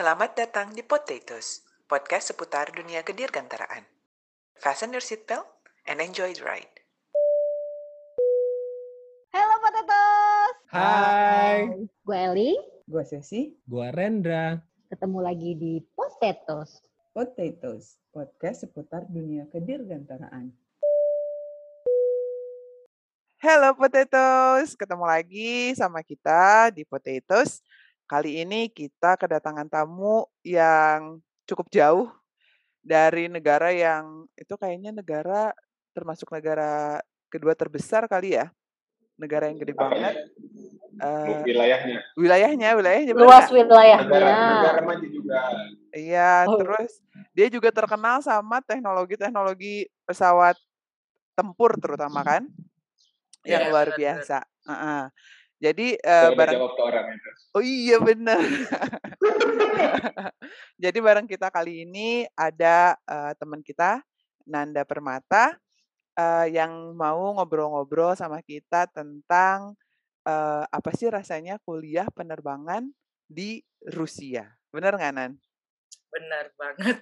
Selamat datang di Potatoes, podcast seputar dunia kedirgantaraan. Fasten your seatbelt and enjoy the ride. Halo Potatoes. Hai. Gue Eli. Gue Sesi. Gua Rendra. Ketemu lagi di Potatoes. Potatoes, podcast seputar dunia kedirgantaraan. Halo Potatoes, ketemu lagi sama kita di Potatoes. Kali ini kita kedatangan tamu yang cukup jauh dari negara yang itu kayaknya termasuk negara kedua terbesar kali ya. Negara yang gede banget. Wilayahnya Luas wilayahnya. Negara maju juga. Iya, terus dia juga terkenal sama teknologi pesawat tempur terutama kan, yang luar biasa. Jadi bareng jawab ke orang itu. Oh iya benar. Jadi bareng kita kali ini ada teman kita Nanda Permata yang mau ngobrol-ngobrol sama kita tentang apa sih rasanya kuliah penerbangan di Rusia. Benar nggak, Nan? Benar banget.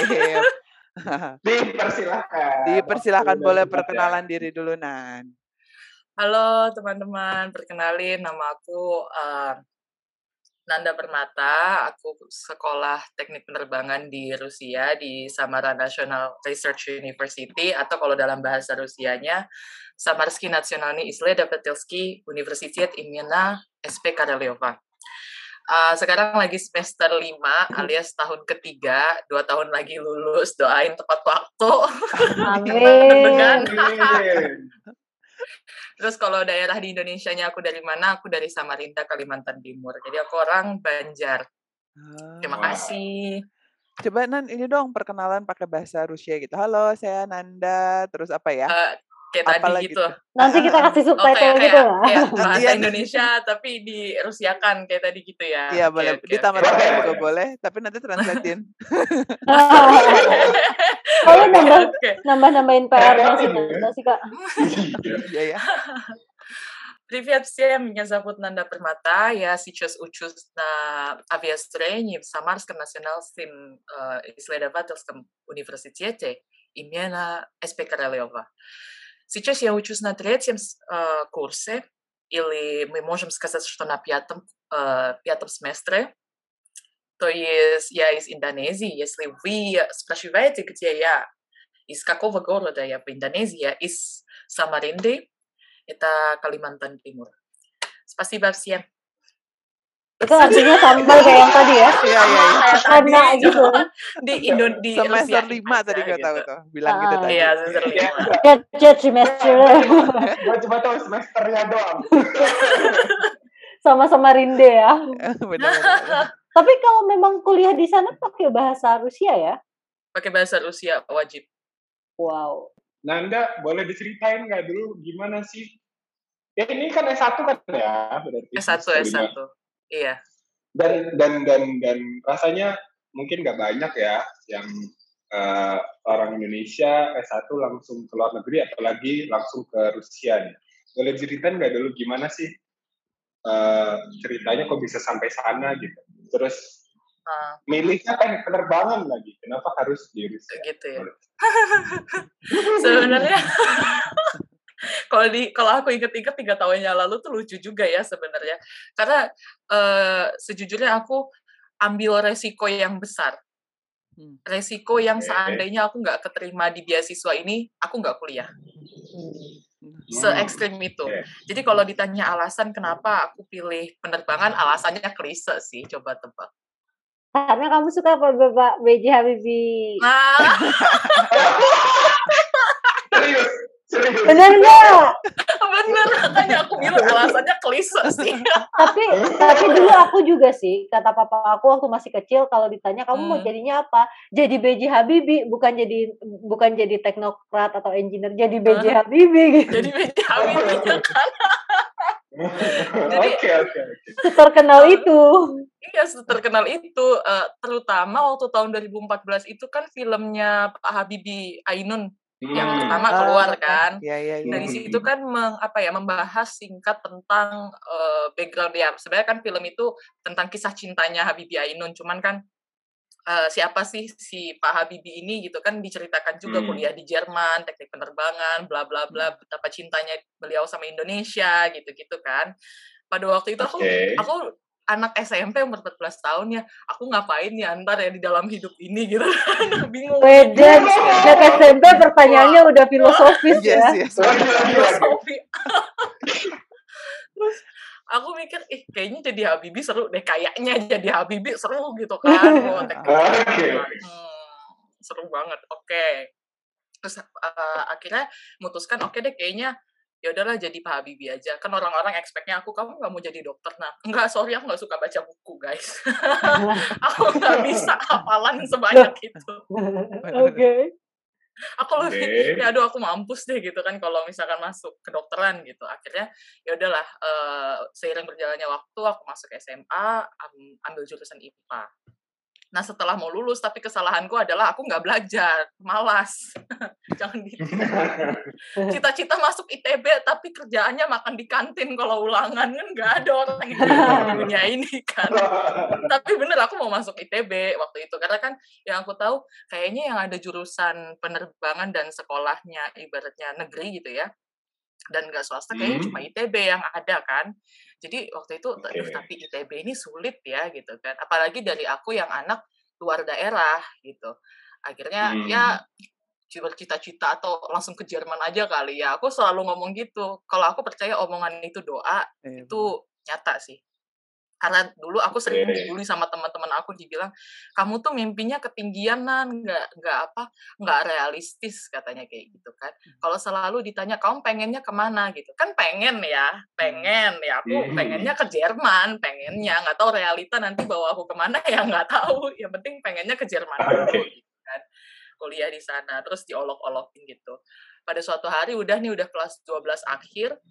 Dipersilakan boleh perkenalan diri dulu, Nan. Halo teman-teman, perkenalin nama aku Nanda Permata. Aku sekolah teknik penerbangan di Rusia di Samara National Research University, atau kalau dalam bahasa Rusianya Samarsky Nationalny Isledavatelski Universitet imena SP Karelyova. Sekarang lagi semester 5 alias tahun ketiga, 2 tahun lagi lulus, doain tepat waktu. Amin. Terus kalau daerah di Indonesianya aku dari mana? Aku dari Samarinda, Kalimantan Timur. Jadi aku orang Banjar. Terima kasih. Coba Nan, ini dong perkenalan pakai bahasa Rusia gitu. Halo, saya Nanda. Terus apa ya? Kayak apalah tadi gitu. Nanti kita kasih subtitle gitu lah. Kayak bahasa Indonesia tapi dirusiakan kayak tadi gitu ya. Iya, boleh. Ditambah-tambahin juga boleh, tapi nanti translatein. Kalau nambah-nambahin PR-nya sih, Kak. Iya ya. Привет всем, меня зовут Нанда Пермата, я сейчас учусь на авиастроении в Самарском национальном исследовательском университете имени СП Королева. Сейчас я учусь на 3-м курсе, или мы можем сказать, что на 5-м семестре. То есть я из Индонезии. Если вы спрашиваете, где я, из какого города я в Индонезии, я из Самаринды, это Kalimantan Timur. Спасибо всем. Itu artinya sambal kayak yang tadi ya? Iya. Karena gitu. Di Semester Rusia 5 tadi gue tahu tuh. Bilang gitu tadi. Iya, semester 5. Judge semester. Gue cuma tahu semesternya doang. Sama-sama rinde ya. Benar. Tapi kalau memang kuliah di sana pakai bahasa Rusia ya? Pakai bahasa Rusia wajib. Wow. Nanda, boleh diceritain nggak dulu gimana sih? Ya ini kan S1 kan ya, berarti. S1. Iya. Dan rasanya mungkin nggak banyak ya yang orang Indonesia S1 langsung ke luar negeri, apalagi langsung ke Rusia nih. Boleh ceritain nggak dulu gimana sih ceritanya kok bisa sampai sana gitu? Terus milihnya kan penerbangan lagi, kenapa harus di Rusia? Gitu ya. Sebenarnya kalau aku inget-inget 3 tahun yang lalu tuh lucu juga ya sebenarnya. Karena sejujurnya aku ambil resiko yang besar. Resiko yang seandainya aku nggak keterima di beasiswa ini, aku nggak kuliah. Se-ekstrim itu. Jadi kalau ditanya alasan kenapa aku pilih penerbangan, alasannya klise sih, coba tebak. Karena kamu suka Bapak B.J. Habibie. Serius. Bener nggak? Bener, makanya aku bilang alasannya klise sih. tapi dulu aku juga sih, kata papa aku waktu masih kecil, kalau ditanya kamu mau jadinya apa? Jadi B.J. Habibie, bukan jadi teknokrat atau engineer, jadi B.J. Habibie gitu. Jadi B.J. Habibie kan. Jadi terkenal itu. Iya, terkenal itu. Terutama waktu tahun 2014 itu kan filmnya Pak Habibie Ainun yang pertama keluar kan. Iya. Dari situ kan membahas singkat tentang background ya. Sebenarnya kan film itu tentang kisah cintanya Habibie Ainun, cuman kan siapa sih si Pak Habibie ini gitu kan diceritakan juga kuliah di Jerman, teknik penerbangan, bla bla bla, betapa cintanya beliau sama Indonesia gitu-gitu kan. Pada waktu itu aku anak SMP umur 14 tahun ya, aku ngapain ya ntar ya di dalam hidup ini gitu kan, bingung. Beda, sejak SMP pertanyaannya udah filosofis ya. Yes. Filosofi. Terus aku mikir, kayaknya jadi Habibie seru deh, kayaknya jadi Habibie seru gitu kan. Seru banget, oke. Terus akhirnya memutuskan, oke deh kayaknya ya udahlah jadi Pak Habibie aja. Kan orang-orang expect-nya kamu nggak mau jadi dokter. Nah, enggak, sorry aku nggak suka baca buku, guys. Aku nggak bisa hafalan sebanyak itu. Oke. Aku lebih, aku mampus deh gitu kan kalau misalkan masuk kedokteran gitu. Akhirnya ya udahlah, seiring berjalannya waktu aku masuk SMA, ambil jurusan IPA. Nah setelah mau lulus, tapi kesalahanku adalah aku nggak belajar, malas. Jangan gitu. Cita-cita masuk ITB, tapi kerjaannya makan di kantin kalau ulangan, kan nggak ada orang yang di dunia ini kan. Tapi bener aku mau masuk ITB waktu itu, karena kan yang aku tahu kayaknya yang ada jurusan penerbangan dan sekolahnya ibaratnya negeri gitu ya, dan nggak swasta kayaknya cuma ITB yang ada kan. Jadi waktu itu tapi ITB ini sulit ya gitu kan, apalagi dari aku yang anak luar daerah gitu. Akhirnya ya bercita-cita atau langsung ke Jerman aja kali ya. Aku selalu ngomong gitu, kalau aku percaya omongan itu doa, itu nyata sih. Karena dulu aku sering dibully sama teman-teman aku, dibilang kamu tuh mimpinya ketinggian, Nan, nggak realistis katanya kayak gitu kan. Kalau selalu ditanya kamu pengennya kemana gitu kan, pengen ya aku pengennya ke Jerman, pengennya, nggak tahu realita nanti bawa aku kemana ya nggak tahu, yang penting pengennya ke Jerman dulu gitu kan, kuliah di sana, terus diolok-olokin gitu. Pada suatu hari udah kelas 12 akhir,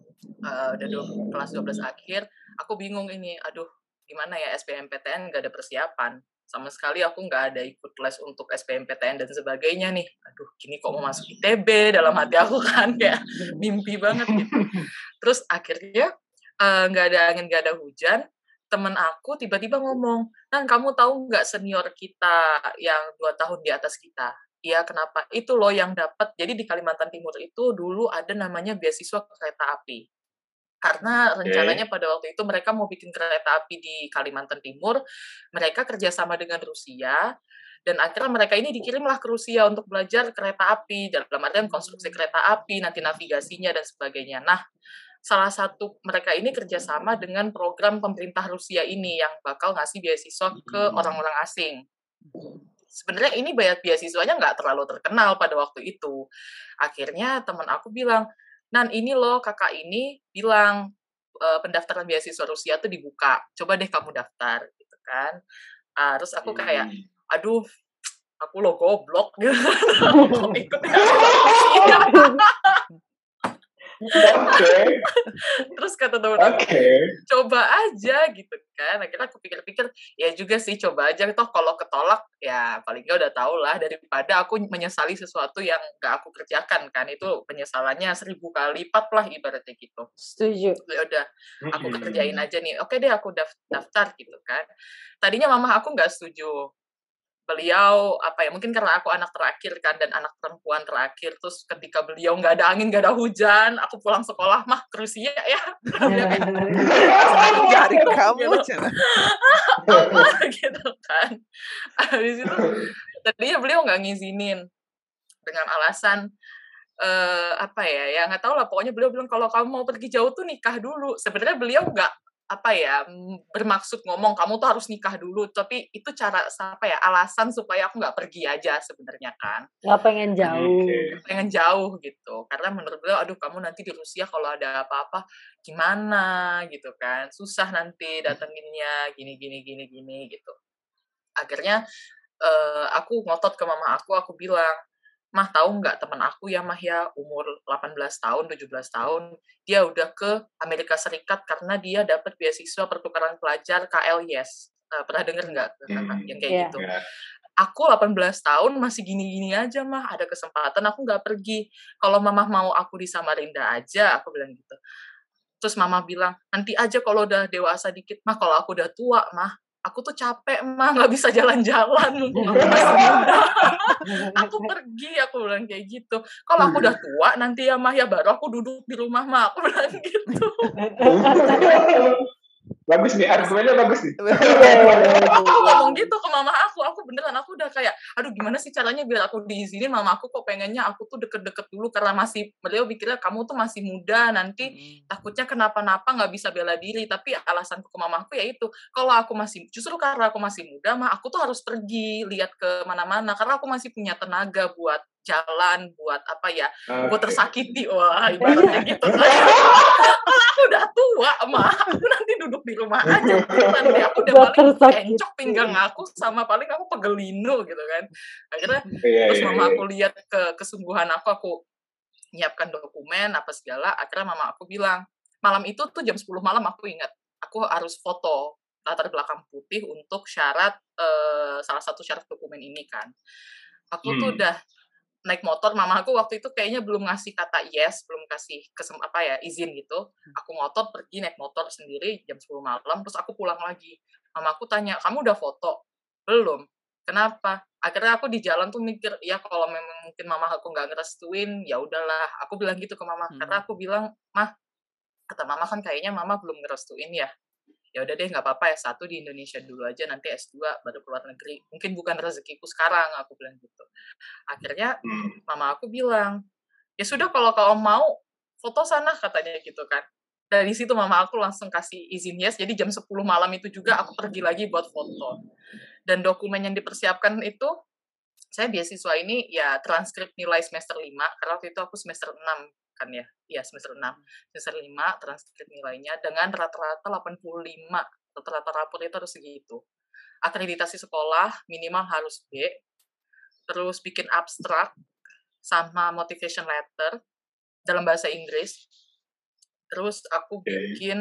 kelas 12 akhir, aku bingung ini, aduh gimana ya, SBMPTN nggak ada persiapan sama sekali, aku nggak ada ikut les untuk SBMPTN dan sebagainya nih, aduh gini kok mau masuk ITB, dalam hati aku kan kayak mimpi banget gitu. Terus akhirnya nggak ada angin nggak ada hujan, temen aku tiba-tiba ngomong, Nan kamu tahu nggak senior kita yang 2 tahun di atas kita? Iya, kenapa? Itu loh yang dapat. Jadi di Kalimantan Timur itu dulu ada namanya beasiswa kereta api. Karena rencananya pada waktu itu mereka mau bikin kereta api di Kalimantan Timur, mereka kerjasama dengan Rusia, dan akhirnya mereka ini dikirimlah ke Rusia untuk belajar kereta api, dalam artian konstruksi kereta api, nanti navigasinya dan sebagainya. Nah, salah satu mereka ini kerjasama dengan program pemerintah Rusia ini yang bakal ngasih beasiswa ke orang-orang asing. Sebenarnya ini beasiswanya nggak terlalu terkenal pada waktu itu. Akhirnya teman aku bilang, Nan ini loh kakak ini bilang pendaftaran beasiswa Rusia tuh dibuka, coba deh kamu daftar gitu kan. Terus aku kayak, aduh aku lo goblok gitu, kok ikut Rusia. Terus kata temen aku, coba aja gitu kan. Akhirnya aku pikir-pikir, ya juga sih coba aja, toh kalau ketolak ya paling nggak udah tau lah, daripada aku menyesali sesuatu yang nggak aku kerjakan kan, itu penyesalannya 1000 kali lipat lah ibaratnya gitu. Setuju. Ya udah, aku kerjain aja nih, oke deh aku daftar gitu kan. Tadinya mama aku nggak setuju. Beliau mungkin karena aku anak terakhir kan, dan anak perempuan terakhir, terus ketika beliau nggak ada angin nggak ada hujan, aku pulang sekolah mah ke Rusia ya, cari kamu gitu kan. Habis itu tadinya beliau nggak ngizinin dengan alasan ya nggak tahu lah, pokoknya beliau bilang kalau kamu mau pergi jauh tuh nikah dulu. Sebenarnya beliau nggak bermaksud ngomong kamu tuh harus nikah dulu, tapi itu cara alasan supaya aku nggak pergi aja sebenarnya kan. Nggak pengen jauh. Pengen jauh gitu, karena menurut beliau, aduh kamu nanti di Rusia kalau ada apa-apa gimana gitu kan, susah nanti datanginnya, gini gitu. Akhirnya aku ngotot ke mama aku bilang, Mah tahu nggak teman aku ya Mah ya, umur 18 tahun, 17 tahun, dia udah ke Amerika Serikat karena dia dapat beasiswa pertukaran pelajar KL Yes. Pernah dengar nggak yang kayak gitu? aku 18 tahun masih gini-gini aja mah, ada kesempatan aku nggak pergi. Kalau mama mau aku di Samarinda aja, aku bilang gitu. Terus mama bilang, nanti aja kalau udah dewasa dikit, mah kalau aku udah tua mah, aku tuh capek mah, nggak bisa jalan-jalan, mumpung aku masih muda. Aku pergi, aku bilang kayak gitu. Kalau aku udah tua nanti ya mah, ya baru aku duduk di rumah mah, aku bilang gitu. Bagus nih, argumennya bagus nih. Aku ngomong gitu ke mama aku beneran, aku udah kayak, aduh gimana sih caranya biar aku diizinin, mama aku kok pengennya aku tuh deket-deket dulu, karena beliau pikirnya kamu tuh masih muda, nanti takutnya kenapa-napa nggak bisa bela diri, tapi alasanku ke mama aku ya itu, justru karena aku masih muda, mah aku tuh harus pergi, lihat ke mana-mana, karena aku masih punya tenaga buat jalan, buat apa ya, buat tersakiti, wah ibaratnya gitu. Kalau aku udah tua, mah aku nanti duduk di rumah aja, beneran deh, aku udah paling encok pinggang aku, sama paling aku pegelinu gitu kan. Akhirnya terus mama aku lihat kesungguhan aku nyiapkan dokumen apa segala, akhirnya mama aku bilang, malam itu tuh jam 10 malam aku ingat, aku harus foto latar belakang putih untuk syarat salah satu syarat dokumen ini kan. Aku tuh udah naik motor, mama aku waktu itu kayaknya belum ngasih kata yes, belum kasih izin gitu. Aku pergi naik motor sendiri jam 10 malam, terus aku pulang lagi. Mama aku tanya, kamu udah foto? Belum. Kenapa? Akhirnya aku di jalan tuh mikir, ya kalau memang mungkin mama aku nggak ngerestuin, ya udahlah. Aku bilang gitu ke mama, karena aku bilang, mah, kata mama kan kayaknya mama belum ngerestuin ya. Ya udah deh, nggak apa-apa, S1 di Indonesia dulu aja, nanti S2 baru keluar negeri. Mungkin bukan rezekiku sekarang, aku bilang gitu. Akhirnya mama aku bilang, ya sudah kalau kau mau foto sana, katanya gitu kan. Dari situ mama aku langsung kasih izin yes, jadi jam 10 malam itu juga aku pergi lagi buat foto. Dan dokumen yang dipersiapkan itu, saya beasiswa ini ya transkrip nilai semester 5, karena waktu itu aku semester 6 kan ya. Iya, semester 6. Semester 5 transkrip nilainya dengan rata-rata 85. Rata-rata rapor itu harus segitu. Akreditasi sekolah minimal harus B. Terus bikin abstrak sama motivation letter dalam bahasa Inggris. Terus aku bikin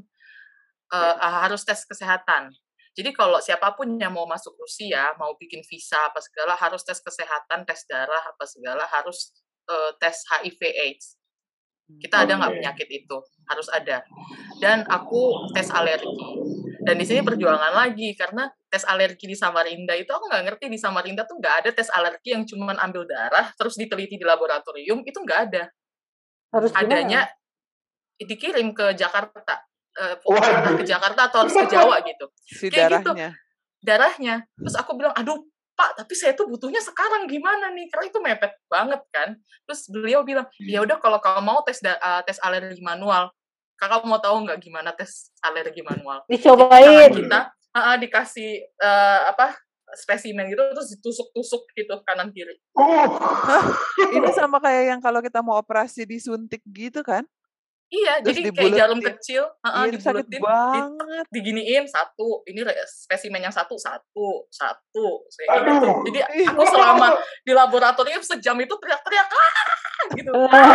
harus tes kesehatan. Jadi kalau siapapun yang mau masuk Rusia, mau bikin visa apa segala, harus tes kesehatan, tes darah apa segala, harus tes HIV/AIDS. Kita ada nggak penyakit itu? Harus ada. Dan aku tes alergi. Dan di sini perjuangan lagi, karena tes alergi di Samarinda itu aku nggak ngerti, di Samarinda tuh nggak ada tes alergi yang cuma ambil darah, terus diteliti di laboratorium, itu nggak ada. Harus adanya dikirim ke Jakarta, ke Jakarta atau harus ke Jawa gitu. Si kayak darahnya. Gitu. Darahnya. Terus aku bilang, aduh Pak, tapi saya tuh butuhnya sekarang gimana nih? Karena itu mepet banget kan. Terus beliau bilang, ya udah kalau kamu mau tes alergi manual. Kakak mau tahu nggak gimana tes alergi manual? Dicobain. Kita dikasih spesimen gitu, terus ditusuk-tusuk gitu kanan kiri. Ini sama kayak yang kalau kita mau operasi disuntik gitu kan? Iya, terus jadi kayak jarum kecil, iya, dibuletin, diginiin satu, ini spesimen yang satu, kayak gitu. Jadi aku selama di laboratorium sejam itu teriak-teriak, gitu.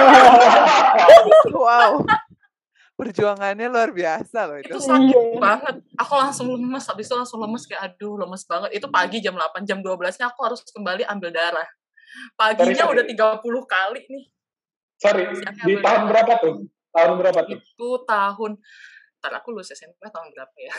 Wow, perjuangannya luar biasa loh itu. Itu sakit banget. Aku langsung lemes, habis itu langsung lemes kayak aduh lemes banget. Itu pagi jam 8, jam 12-nya aku harus kembali ambil darah. Paginya udah 30 kali nih. Sorry, di tahun berapa tuh? Tahun berapa tuh? Itu tahun, ntar aku lulus SMP tahun berapa ya?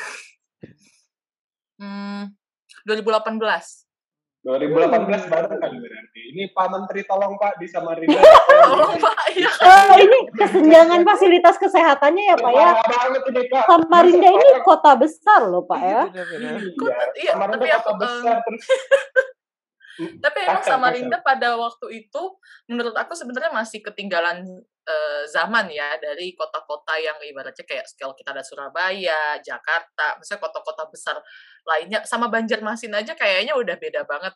2018. 2018 baru kan berarti. Ini Pak Menteri tolong Pak di Samarinda. Tolong Pak, iya. Ini kesenjangan fasilitas kesehatannya ya Pak ya. Samarinda ini kota besar loh Pak ya. Iya, tapi kota besar terus. Tapi emang Samarinda pada waktu itu menurut aku sebenarnya masih ketinggalan zaman ya, dari kota-kota yang ibaratnya kayak kalau kita ada Surabaya, Jakarta, misalnya kota-kota besar lainnya, sama Banjarmasin aja kayaknya udah beda banget.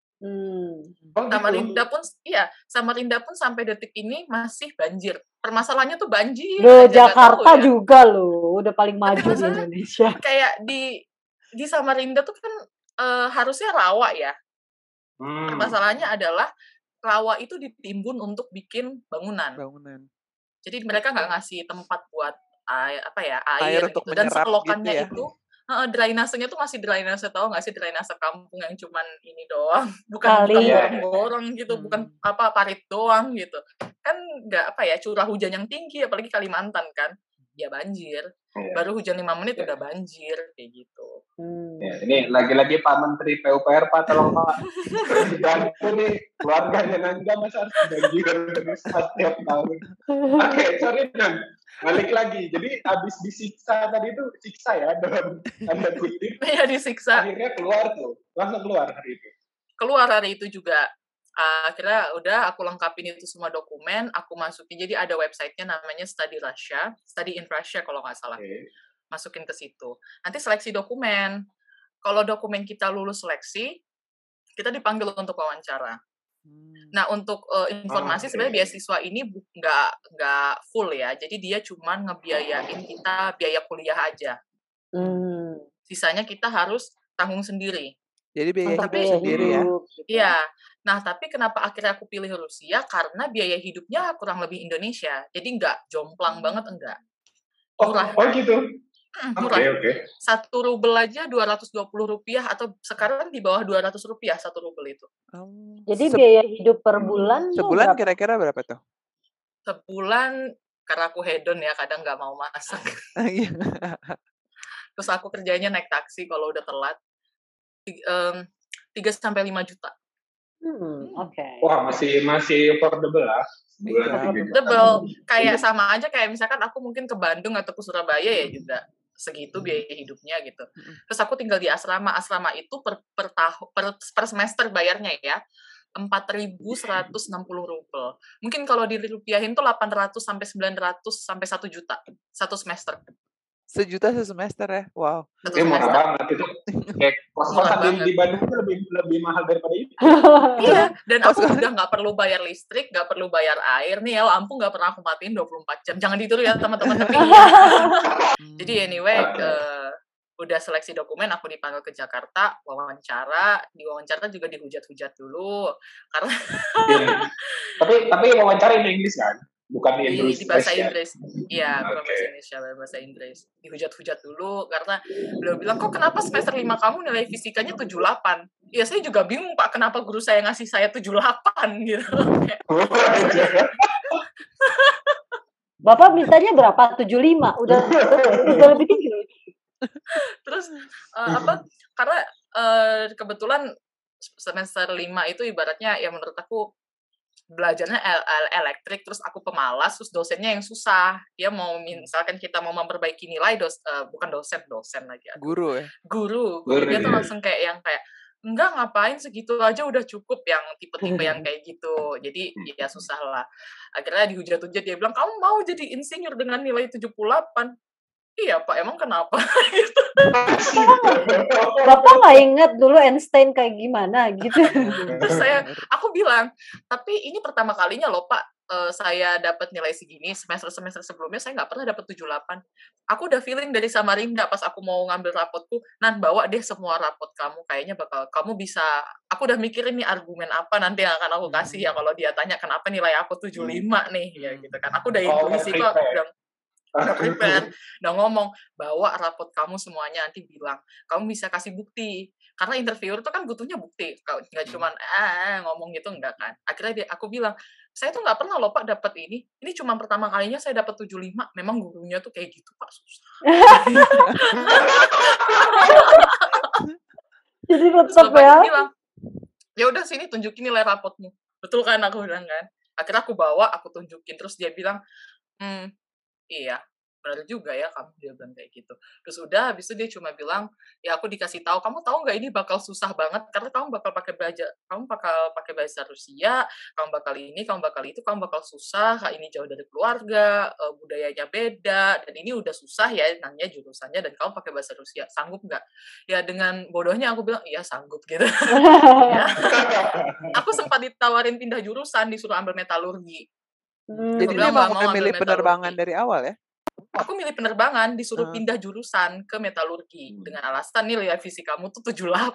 Samarinda pun sampai detik ini masih banjir. Permasalahannya tuh banjir. Loh, Jakarta ya. Juga loh, udah paling maju di Indonesia. Kayak di Samarinda tuh kan harusnya rawa ya. Permasalahannya adalah rawa itu ditimbun untuk bikin bangunan. Jadi mereka nggak ngasih tempat buat air untuk gitu. Dan selokannya gitu ya? itu drainasenya tuh masih drainase, tahu nggak sih drainase kampung yang cuman ini doang, bukan Kali. gorong-gorong gitu, bukan parit doang gitu. Kan nggak curah hujan yang tinggi, apalagi Kalimantan kan, ya banjir. Baru hujan 5 menit udah banjir kayak gitu. Ya, ini lagi-lagi Pak Menteri PUPR, Pak, tolong Pak. Bantu nih keluarganya Nanda, masa harus banjir setiap tahun. Oke, sorry Nan. Balik lagi. Jadi abis disiksa tadi itu siksa ya dalam tanda kutip. Iya, disiksa. Akhirnya keluar tuh. Langsung keluar hari itu. Keluar hari itu juga. Akhirnya udah aku lengkapin itu semua dokumen, aku masukin. Jadi ada websitenya namanya Study in Russia kalau nggak salah. Masukin ke situ. Nanti seleksi dokumen. Kalau dokumen kita lulus seleksi, kita dipanggil untuk wawancara. Nah, untuk informasi sebenarnya beasiswa ini nggak full ya. Jadi dia cuma ngebiayain kita biaya kuliah aja. Sisanya kita harus tanggung sendiri. Jadi biaya hidup Biaya sendiri ya. hidup, gitu. Iya. Nah, tapi kenapa akhirnya aku pilih Rusia? Karena biaya hidupnya kurang lebih Indonesia. Jadi nggak jomplang banget, enggak. Murah. Oh gitu. Murah. Oke. 1 rubel aja Rp220 atau sekarang di bawah Rp200 1 rubel itu. Jadi biaya hidup per bulan Sebulan berapa? kira-kira berapa tuh? Sebulan, karena aku hedon ya, kadang nggak mau masak. Terus aku kerjanya naik taksi kalau udah telat. 3-5 juta. Oke. Wah, masih affordable lah. Affordable. Kayak sama aja kayak misalkan aku mungkin ke Bandung atau ke Surabaya ya juga segitu biaya hidupnya gitu. Terus aku tinggal di asrama. Asrama itu per semester bayarnya ya 4.160 rubel. Mungkin kalau dirupiahin tuh 800 sampai 900 sampai 1 juta satu semester. 1 juta semester ya? Wow. Murah banget itu. Kayak kos-kosan di Bandung itu lebih mahal daripada itu. Iya, dan aku udah nggak perlu bayar listrik, nggak perlu bayar air nih ya, lampu nggak pernah aku matiin 24 jam. Jangan ditiru ya teman-teman. Tapi jadi anyway, udah seleksi dokumen, aku dipanggil ke Jakarta, wawancara. Di wawancara juga dihujat-hujat dulu karena. Tapi wawancara ini Inggris kan? Bukan di bahasa Inggris. Iya, bukan bahasa Indonesia, bahasa Inggris. Dihujat-hujat dulu karena beliau bilang, kok kenapa semester 5 kamu nilai fisikanya 78? Ya saya juga bingung Pak, kenapa guru saya ngasih saya 78 gitu. Bapak mintanya berapa? 75? Udah lebih tinggi. Terus karena kebetulan semester 5 itu ibaratnya ya menurut aku belajarnya elektrik, terus aku pemalas, terus dosennya yang susah. Dia mau misalkan kita mau memperbaiki nilai, bukan dosen lagi. Guru ya? Guru. Dia tuh langsung kayak enggak, ngapain segitu aja udah cukup, yang tipe-tipe yang kayak gitu. Jadi ya susah lah. Akhirnya dihujat-hujat, dia bilang, kamu mau jadi insinyur dengan nilai 78? Iya Pak, emang kenapa? Gitu. Bapak nggak ingat dulu Einstein kayak gimana gitu? Terus aku bilang, tapi ini pertama kalinya loh Pak, saya dapat nilai segini. Semester sebelumnya saya nggak pernah dapat 78. Aku udah feeling dari Samarinda pas aku mau ngambil rapotku, Nan bawa deh semua rapot kamu, kayaknya kamu bisa. Aku udah mikirin nih argumen apa nanti yang akan aku kasih ya kalau dia tanya kenapa nilai aku 75 nih ya gitu kan. Aku udah intuisi kok, udah prepare, udah ngomong, bawa rapot kamu semuanya, nanti bilang, kamu bisa kasih bukti. Karena interviewer itu kan butuhnya bukti, nggak cuma ngomong gitu, enggak kan. Akhirnya aku bilang, saya tuh nggak pernah loh Pak dapat ini cuma pertama kalinya saya dapat 75, memang gurunya tuh kayak gitu Pak, susah. Jadi tetap ya. Bilang, ya udah sini tunjukin nilai rapotmu. Betul kan, aku bilang kan. Akhirnya aku bawa, aku tunjukin, terus dia bilang, iya, benar juga ya kamu, dia bilang kayak gitu. Terus udah, habis itu dia cuma bilang, ya aku dikasih tahu, kamu tahu nggak ini bakal susah banget karena kamu bakal pakai bahasa Rusia, kamu bakal ini, kamu bakal itu, kamu bakal susah, ini jauh dari keluarga, budayanya beda, dan ini udah susah ya nanya jurusannya, dan kamu pakai bahasa Rusia, sanggup nggak? Ya dengan bodohnya aku bilang, iya sanggup gitu. Ya. Aku sempat ditawarin pindah jurusan, disuruh ambil metalurgi. Jadi dia mau memilih penerbangan dari awal ya? Aku milih penerbangan, disuruh pindah jurusan ke metalurgi dengan alasan nilai fisik kamu tuh 78.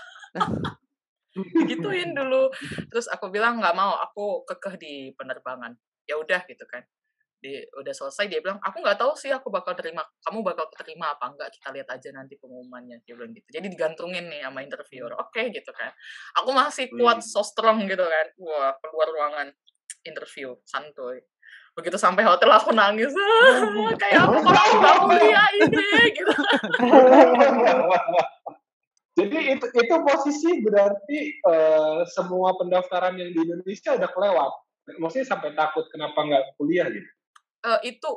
Gituin dulu. Terus aku bilang nggak mau, aku kekeh di penerbangan. Ya udah gitu kan. Udah selesai, dia bilang, aku nggak tahu sih aku bakal terima, kamu bakal keterima apa enggak, kita lihat aja nanti pengumumannya, dia bilang gitu. Jadi digantungin nih sama interviewer, oke gitu kan. Aku masih kuat, so strong gitu kan. Wah, keluar ruangan interview, santuy. Begitu sampai hotel aku nangis, kayak aku kalau nggak kuliah ini gitu. Jadi itu posisi berarti semua pendaftaran yang di Indonesia udah kelewat. Maksudnya sampai takut kenapa nggak kuliah gitu. Itu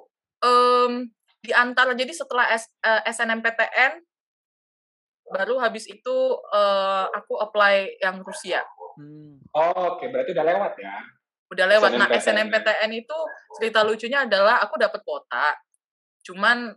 di antara, jadi setelah SNMPTN baru habis itu aku apply yang Rusia. Oh, oke, berarti udah lewat ya. Udah lewat. Nah, SNMPTN. SNMPTN itu cerita lucunya adalah aku dapat kuota, cuman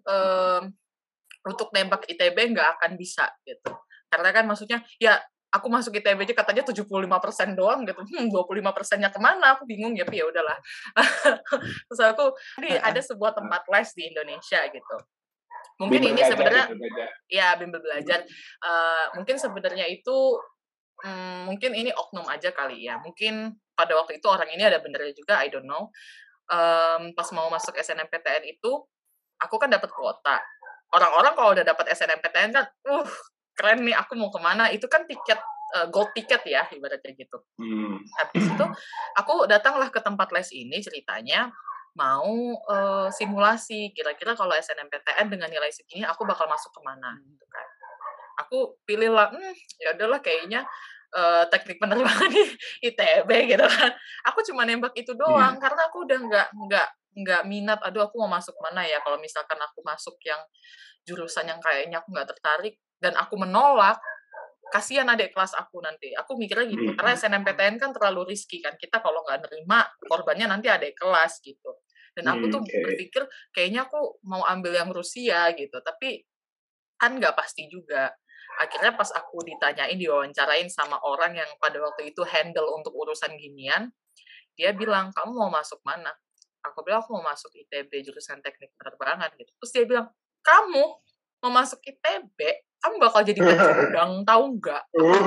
untuk nembak ITB nggak akan bisa gitu. Karena kan maksudnya ya aku masuk ITB aja katanya 75% doang gitu. 25%-nya kemana? Aku bingung ya, tapi ya udahlah. Terus aku ada sebuah tempat les di Indonesia gitu. Mungkin Bimbel ini sebenarnya belajar. ya bimbel belajar. Mungkin sebenarnya itu mungkin ini oknum aja kali ya. Mungkin pada waktu itu orang ini ada benernya juga, I don't know. Pas mau masuk SNMPTN itu, aku kan dapat kuota. Orang-orang kalau udah dapat SNMPTN kan, keren nih, aku mau kemana, itu kan tiket, gold ticket ya, ibaratnya gitu. Habis itu, aku datanglah ke tempat les ini, ceritanya, mau simulasi, kira-kira kalau SNMPTN dengan nilai segini, aku bakal masuk kemana, gitu kan. Aku pilih lah, ya udahlah kayaknya teknik penerbangan di ITB gitu kan. Aku cuma nembak itu doang, karena aku udah nggak minat, aduh aku mau masuk mana ya, kalau misalkan aku masuk yang jurusan yang kayaknya aku nggak tertarik, dan aku menolak, kasihan adik kelas aku nanti. Aku mikirnya gitu, karena SNMPTN kan terlalu risky kan, kita kalau nggak nerima, korbannya nanti adik kelas gitu. Dan aku tuh berpikir, kayaknya aku mau ambil yang Rusia gitu, tapi kan nggak pasti juga. Akhirnya pas aku ditanyain, diwawancarain sama orang yang pada waktu itu handle untuk urusan ginian, dia bilang, kamu mau masuk mana? Aku bilang, aku mau masuk ITB, jurusan teknik penerbangan gitu. Terus dia bilang, kamu mau masuk ITB, kamu bakal jadi pecundang, tahu nggak?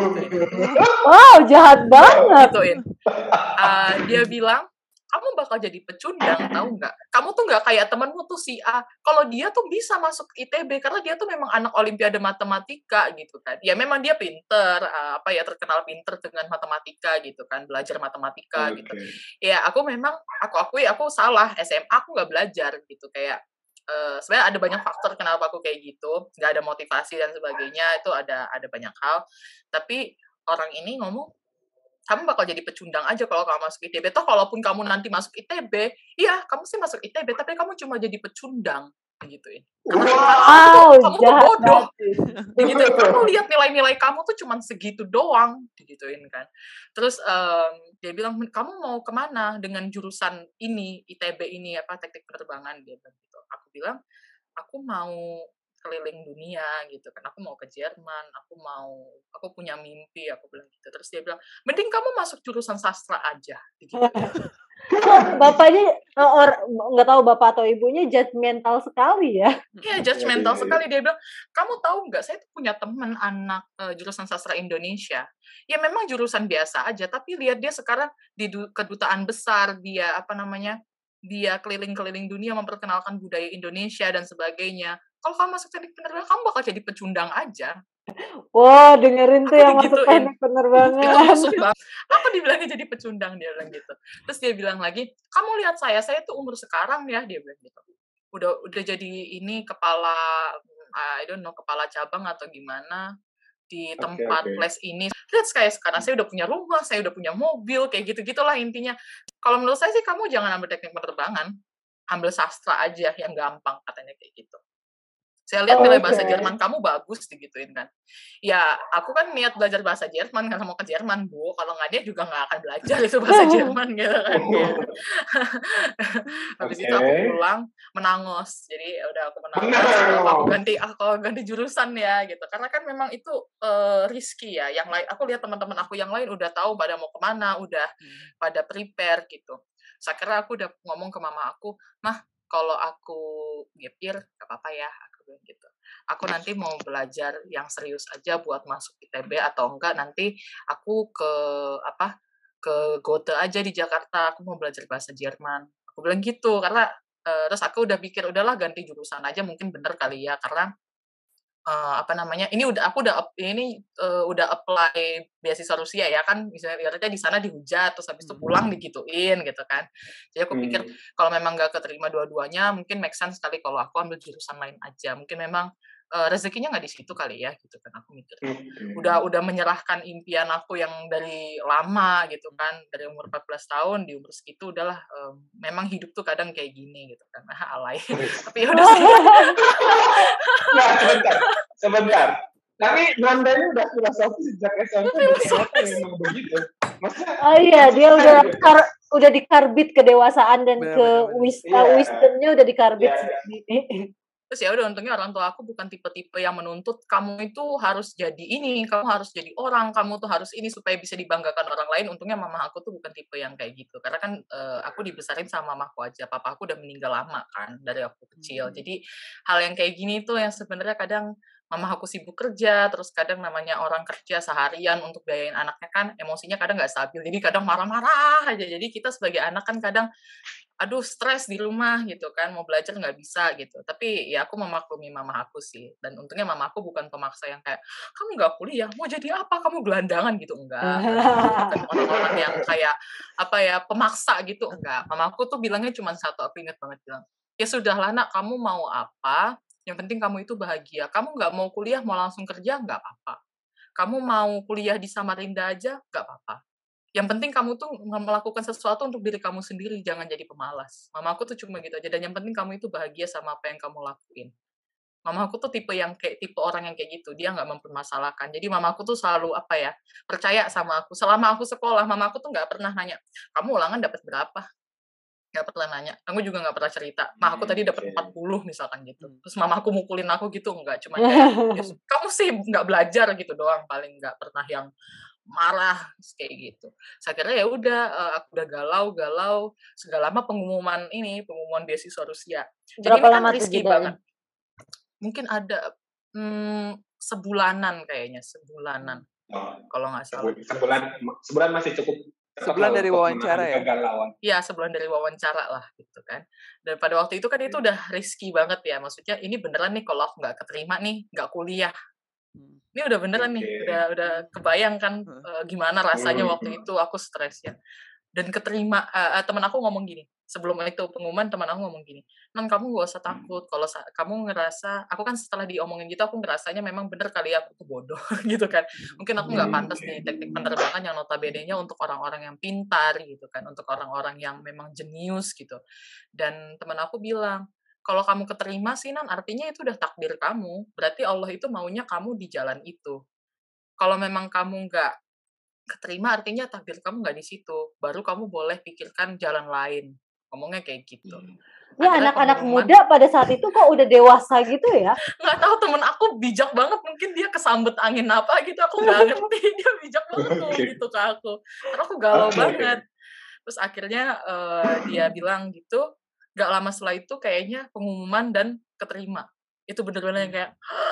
Wow, jahat banget. Gituin. Dia bilang, kamu bakal jadi pecundang, tahu nggak? Kamu tuh nggak kayak temenmu tuh si A. Kalau dia tuh bisa masuk ITB karena dia tuh memang anak Olimpiade Matematika gitu kan. Ya memang dia pinter, terkenal pinter dengan matematika gitu kan, belajar matematika gitu. Ya aku akui aku salah, SMA aku nggak belajar gitu, kayak sebenarnya ada banyak faktor kenapa aku kayak gitu, nggak ada motivasi dan sebagainya, itu ada banyak hal. Tapi orang ini ngomong, kamu bakal jadi pecundang aja kalau kamu masuk ITB. Toh kalaupun kamu nanti masuk ITB, iya kamu sih masuk ITB, tapi kamu cuma jadi pecundang, gituin. Karena kamu tuh bodoh, gituin. Kamu lihat nilai-nilai kamu tuh cuma segitu doang, gituin kan. Terus dia bilang, kamu mau kemana dengan jurusan ini, ITB ini teknik penerbangan, dia bilang gitu. Aku bilang, aku mau keliling dunia gitu kan, aku mau ke Jerman, aku punya mimpi, aku bilang gitu. Terus dia bilang, mending kamu masuk jurusan sastra aja gitu. Bapaknya nggak tahu bapak atau ibunya judgmental sekali ya. Iya, judgmental sekali. Dia bilang, kamu tahu nggak, saya tuh punya teman anak jurusan sastra Indonesia, ya memang jurusan biasa aja, tapi lihat dia sekarang di kedutaan besar, dia dia keliling-keliling dunia memperkenalkan budaya Indonesia dan sebagainya. Kalau kamu masuk teknik penerbangan, kamu bakal jadi pecundang aja. Wah, dengerin tuh yang masuk teknik penerbangan. Itu musuh banget. Apa dibilangnya jadi pecundang, dia bilang gitu. Terus dia bilang lagi, kamu lihat saya tuh umur sekarang ya, dia bilang gitu. Udah jadi ini kepala, I don't know, kepala cabang atau gimana di tempat les ini. Lihat kayak sekarang saya udah punya rumah, saya udah punya mobil, kayak gitu-gitulah intinya. Kalau menurut saya sih kamu jangan ambil teknik penerbangan, ambil sastra aja yang gampang, katanya kayak gitu. Saya lihat nilai bahasa Jerman kamu bagus, digituin kan. Ya, aku kan niat belajar bahasa Jerman, karena mau ke Jerman, Bu. Kalau nggak dia juga nggak akan belajar itu bahasa Jerman, gitu kan. Habis itu aku pulang, menangos. Jadi udah aku menangos, aku ganti jurusan ya, gitu. Karena kan memang itu risky ya. Yang lain, aku lihat teman-teman aku yang lain udah tahu pada mau kemana, udah pada prepare gitu. Saya kira aku udah ngomong ke mama aku, Mah, kalau aku gap year, gak apa-apa ya, aku bilang gitu. Aku nanti mau belajar yang serius aja buat masuk ITB, atau enggak nanti aku ke Goethe aja di Jakarta, aku mau belajar bahasa Jerman. Aku bilang gitu, karena Terus aku udah pikir udahlah ganti jurusan aja, mungkin bener kali ya, karena ini udah apply beasiswa Rusia ya kan, misalnya ibaratnya di sana dihujat terus habis itu pulang digituin gitu kan. Jadi aku pikir kalau memang nggak keterima dua-duanya mungkin make sense kali kalau aku ambil jurusan lain aja. Mungkin memang rezekinya nggak di situ kali ya gitu kan, aku mikir. Udah menyerahkan impian aku yang dari lama gitu kan, dari umur 14 tahun di umur segitu udahlah, memang hidup tuh kadang kayak gini gitu kan. Alay. Tapi ya udah sih. Nah, sebentar. Tapi Nanda ini udah filosofi sejak SMP, ternyata memang begitu. Maksudnya, Oh iya, dia udah dikarbit kedewasaan dan Bener. wisdomnya udah dikarbit. Terus ya udah, untungnya orang tua aku bukan tipe-tipe yang menuntut kamu itu harus jadi ini, kamu harus jadi orang, kamu tuh harus ini supaya bisa dibanggakan orang lain. Untungnya mama aku tuh bukan tipe yang kayak gitu. Karena kan aku dibesarin sama mamaku aja. Papa aku udah meninggal lama kan dari aku kecil. Jadi hal yang kayak gini tuh yang sebenarnya kadang mama aku sibuk kerja, terus kadang namanya orang kerja seharian untuk biayain anaknya kan emosinya kadang nggak stabil. Jadi kadang marah-marah aja. Jadi kita sebagai anak kan kadang aduh stres di rumah gitu kan, mau belajar nggak bisa gitu. Tapi ya aku memaklumi mama aku sih. Dan untungnya mama aku bukan pemaksa yang kayak, kamu nggak kuliah, mau jadi apa, kamu gelandangan gitu. Enggak. Bukan orang-orang yang kayak, pemaksa gitu. Enggak. Mama aku tuh bilangnya cuma satu, aku ingat banget bilang, ya sudahlah nak, kamu mau apa, yang penting kamu itu bahagia. Kamu nggak mau kuliah, mau langsung kerja, nggak apa-apa. Kamu mau kuliah di Samarinda aja, nggak apa-apa. Yang penting kamu tuh melakukan sesuatu untuk diri kamu sendiri, jangan jadi pemalas. Mama aku tuh cuma gitu aja, dan yang penting kamu itu bahagia sama apa yang kamu lakuin. Mama aku tuh tipe orang yang kayak gitu, dia nggak mempermasalahkan. Jadi mama aku tuh selalu percaya sama aku. Selama aku sekolah, mama aku tuh nggak pernah nanya, kamu ulangan dapat berapa? Nggak pernah nanya. Aku juga nggak pernah cerita, aku tadi dapat 40 misalkan gitu. Terus mama aku mukulin aku gitu, enggak. Cuma kayak, kamu sih nggak belajar gitu doang, paling nggak pernah yang marah kayak gitu. Saya kira ya udah, aku udah galau segala lama pengumuman beasiswa Rusia. Jadi Berapa ini kan lama tuh risky jedanya? banget. Mungkin ada sebulanan kayaknya, sebulanan kalau nggak salah. Sebulan masih cukup. Sebulan dari wawancara ya? Iya, sebulan dari wawancara lah gitu kan. Dan pada waktu itu kan itu udah risky banget ya. Maksudnya ini beneran nih kalau aku nggak keterima nih, nggak kuliah. Ini udah beneran nih, udah kebayang kan gimana rasanya waktu itu aku stres ya. Dan keterima, teman aku ngomong gini, sebelum itu pengumuman teman aku ngomong gini, "Non, kamu gak usah takut, kalau kamu ngerasa," aku kan setelah diomongin gitu, aku ngerasanya memang bener kali ya aku tuh bodoh gitu kan. Mungkin aku nggak pantas di teknik penerbangan yang notabene-nya untuk orang-orang yang pintar gitu kan, untuk orang-orang yang memang jenius gitu. Dan teman aku bilang, kalau kamu keterima sih, Nan, artinya itu udah takdir kamu. Berarti Allah itu maunya kamu di jalan itu. Kalau memang kamu nggak keterima, artinya takdir kamu nggak di situ. Baru kamu boleh pikirkan jalan lain. Ngomongnya kayak gitu. Ya, Akhirnya anak-anak pengumuman, muda pada saat itu kok udah dewasa gitu ya? nggak tahu, temen aku bijak banget. Mungkin dia kesambet angin apa gitu. Aku nggak ngerti. Dia bijak banget ngomong gitu ke aku. Karena aku galau banget. Terus akhirnya dia bilang gitu, gak lama setelah itu kayaknya pengumuman dan keterima. Itu bener-bener yang kayak,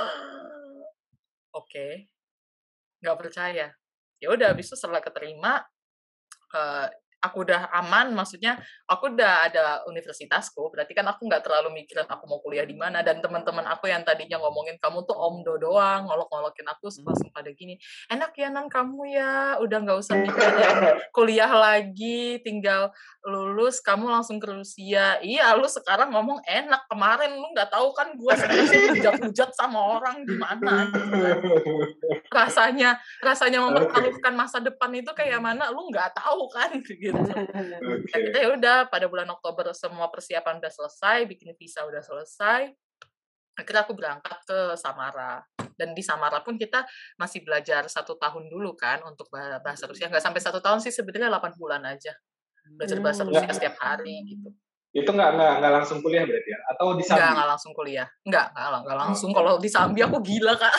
oke, gak percaya. Ya udah, habis itu setelah keterima, aku udah aman, maksudnya aku udah ada universitasku, berarti kan aku nggak terlalu mikirin aku mau kuliah di mana. Dan teman-teman aku yang tadinya ngomongin kamu tuh omdo doang, ngolok-ngolokin aku, langsung pada gini, enak ya Nan kamu ya, udah nggak usah mikirin kuliah lagi, tinggal lulus kamu langsung ke Rusia. Iya, lu sekarang ngomong enak, kemarin lu nggak tahu kan gue sebenarnya hujat-hujat sama orang gimana gitu kan. rasanya mempertaruhkan masa depan itu kayak mana lu nggak tahu kan gitu. Akhirnya ya udah, pada bulan Oktober semua persiapan udah selesai, bikin visa udah selesai. Akhirnya aku berangkat ke Samara. Dan di Samara pun kita masih belajar 1 tahun dulu kan untuk bahasa Rusia. Nggak sampai 1 tahun sih, sebenarnya 8 bulan aja. Belajar bahasa Rusia setiap hari gitu. Itu nggak langsung kuliah berarti ya? Atau di Sambi? Nggak langsung kuliah. Nggak langsung. Kalau di Sambi aku gila, Kak.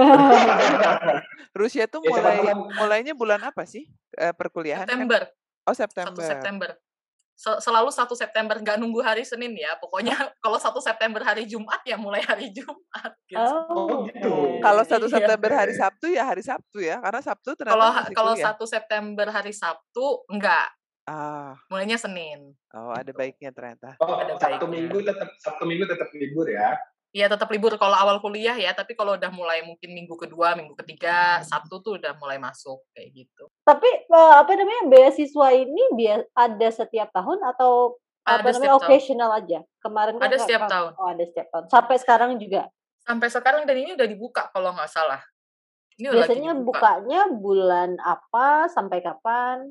Rusia tuh mulainya bulan apa sih perkuliahan? September. Kan? Oh, September. 1 September. Selalu 1 September, nggak nunggu hari Senin ya. Pokoknya kalau 1 September hari Jumat ya mulai hari Jumat gitu. Oh, gitu. Kalau 1 September hari Sabtu ya hari Sabtu ya, karena Sabtu ternyata masih Kalau kuliah. 1 September hari Sabtu enggak. Ah, Mulainya Senin. oh ada baiknya ternyata. Oh, Ada Sabtu baiknya. Minggu tetap libur ya. Iya tetap libur kalau awal kuliah ya, tapi kalau udah mulai mungkin minggu kedua, minggu ketiga, Sabtu tuh udah mulai masuk kayak gitu. Tapi apa namanya beasiswa ini ada setiap tahun atau apa Ada namanya setiap tahun. occasional aja? Kemarin kan Ada setiap tahun. oh ada setiap tahun. Sampai sekarang juga. Sampai sekarang dan ini udah dibuka kalau nggak salah. Ini lagi Biasanya dibuka. bukanya bulan apa sampai kapan?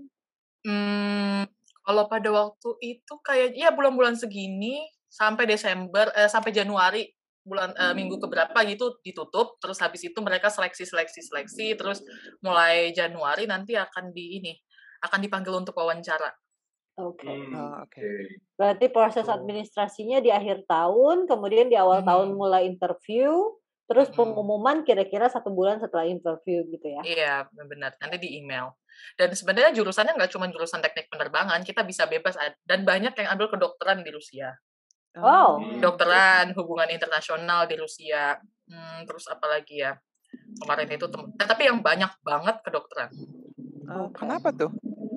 Kalau pada waktu itu kayak ya bulan-bulan segini sampai Desember sampai Januari bulan minggu keberapa gitu ditutup, terus habis itu mereka seleksi terus mulai Januari nanti akan dipanggil untuk wawancara. Oke. Oh, oke. Berarti proses administrasinya di akhir tahun, kemudian di awal tahun mulai interview, terus pengumuman kira-kira 1 bulan setelah interview gitu ya? Iya, benar. Nanti di email. Dan sebenarnya jurusannya nggak cuma jurusan teknik penerbangan, kita bisa bebas dan banyak yang ambil kedokteran di Rusia. Oh. Kedokteran, hubungan internasional di Rusia. Terus apa lagi ya? Kemarin itu tapi yang banyak banget kedokteran. Kenapa tuh?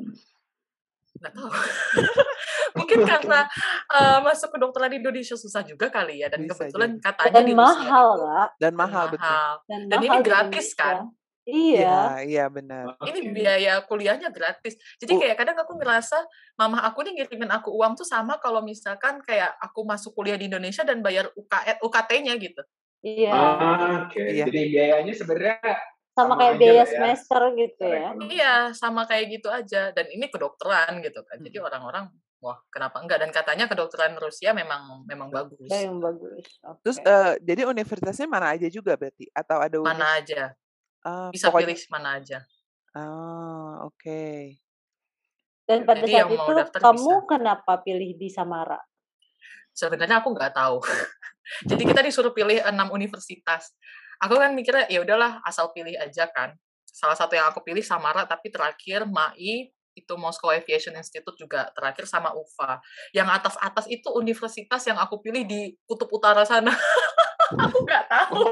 Nggak tahu. Mungkin karena masuk kedokteran di Indonesia susah juga kali ya, dan Bisa kebetulan jadi. katanya Dan di Rusia mahal, itu Kak. Dan mahal, betul. dan ini mahal di gratis Indonesia. kan? Iya. Iya benar. Ini biaya kuliahnya gratis. Jadi kayak kadang aku ngerasa mama aku nih ngirimin aku uang tuh sama kalau misalkan kayak aku masuk kuliah di Indonesia dan bayar UKT-nya gitu. Iya. Oke. Iya. Jadi biayanya sebenarnya Sama kayak aja biaya lah ya. semester gitu ya. Iya, sama kayak gitu aja. Dan ini kedokteran gitu kan. Jadi orang-orang wah, kenapa enggak? Dan katanya kedokteran Rusia memang bagus. Yang bagus. Terus jadi universitasnya mana aja juga berarti? Atau ada Mana aja. Bisa pokoknya... pilih mana aja. Oh, oke. Dan pada Jadi saat yang mau itu daftar kamu bisa. kenapa pilih di Samara? Sebenarnya aku nggak tahu. Jadi kita disuruh pilih 6 universitas. Aku kan mikirnya ya udahlah asal pilih aja kan. Salah satu yang aku pilih Samara, tapi terakhir MAI, itu Moscow Aviation Institute juga terakhir, sama UFA. Yang atas-atas itu universitas yang aku pilih di kutub utara sana. Aku nggak tahu.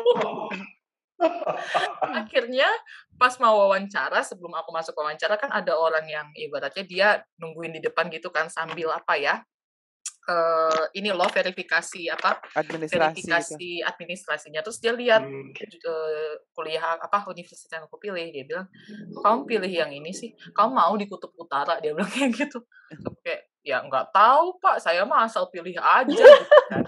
Akhirnya pas mau wawancara, sebelum aku masuk wawancara kan ada orang yang ibaratnya dia nungguin di depan gitu kan sambil apa ya, ini loh verifikasi Administrasi administrasinya. Terus dia lihat kuliah apa universitas yang aku pilih, dia bilang, kok kamu pilih yang ini sih, kamu mau di kutub utara, dia bilang kayak gitu. Aku kayak ya nggak tahu Pak, saya mah asal pilih aja gitu kan.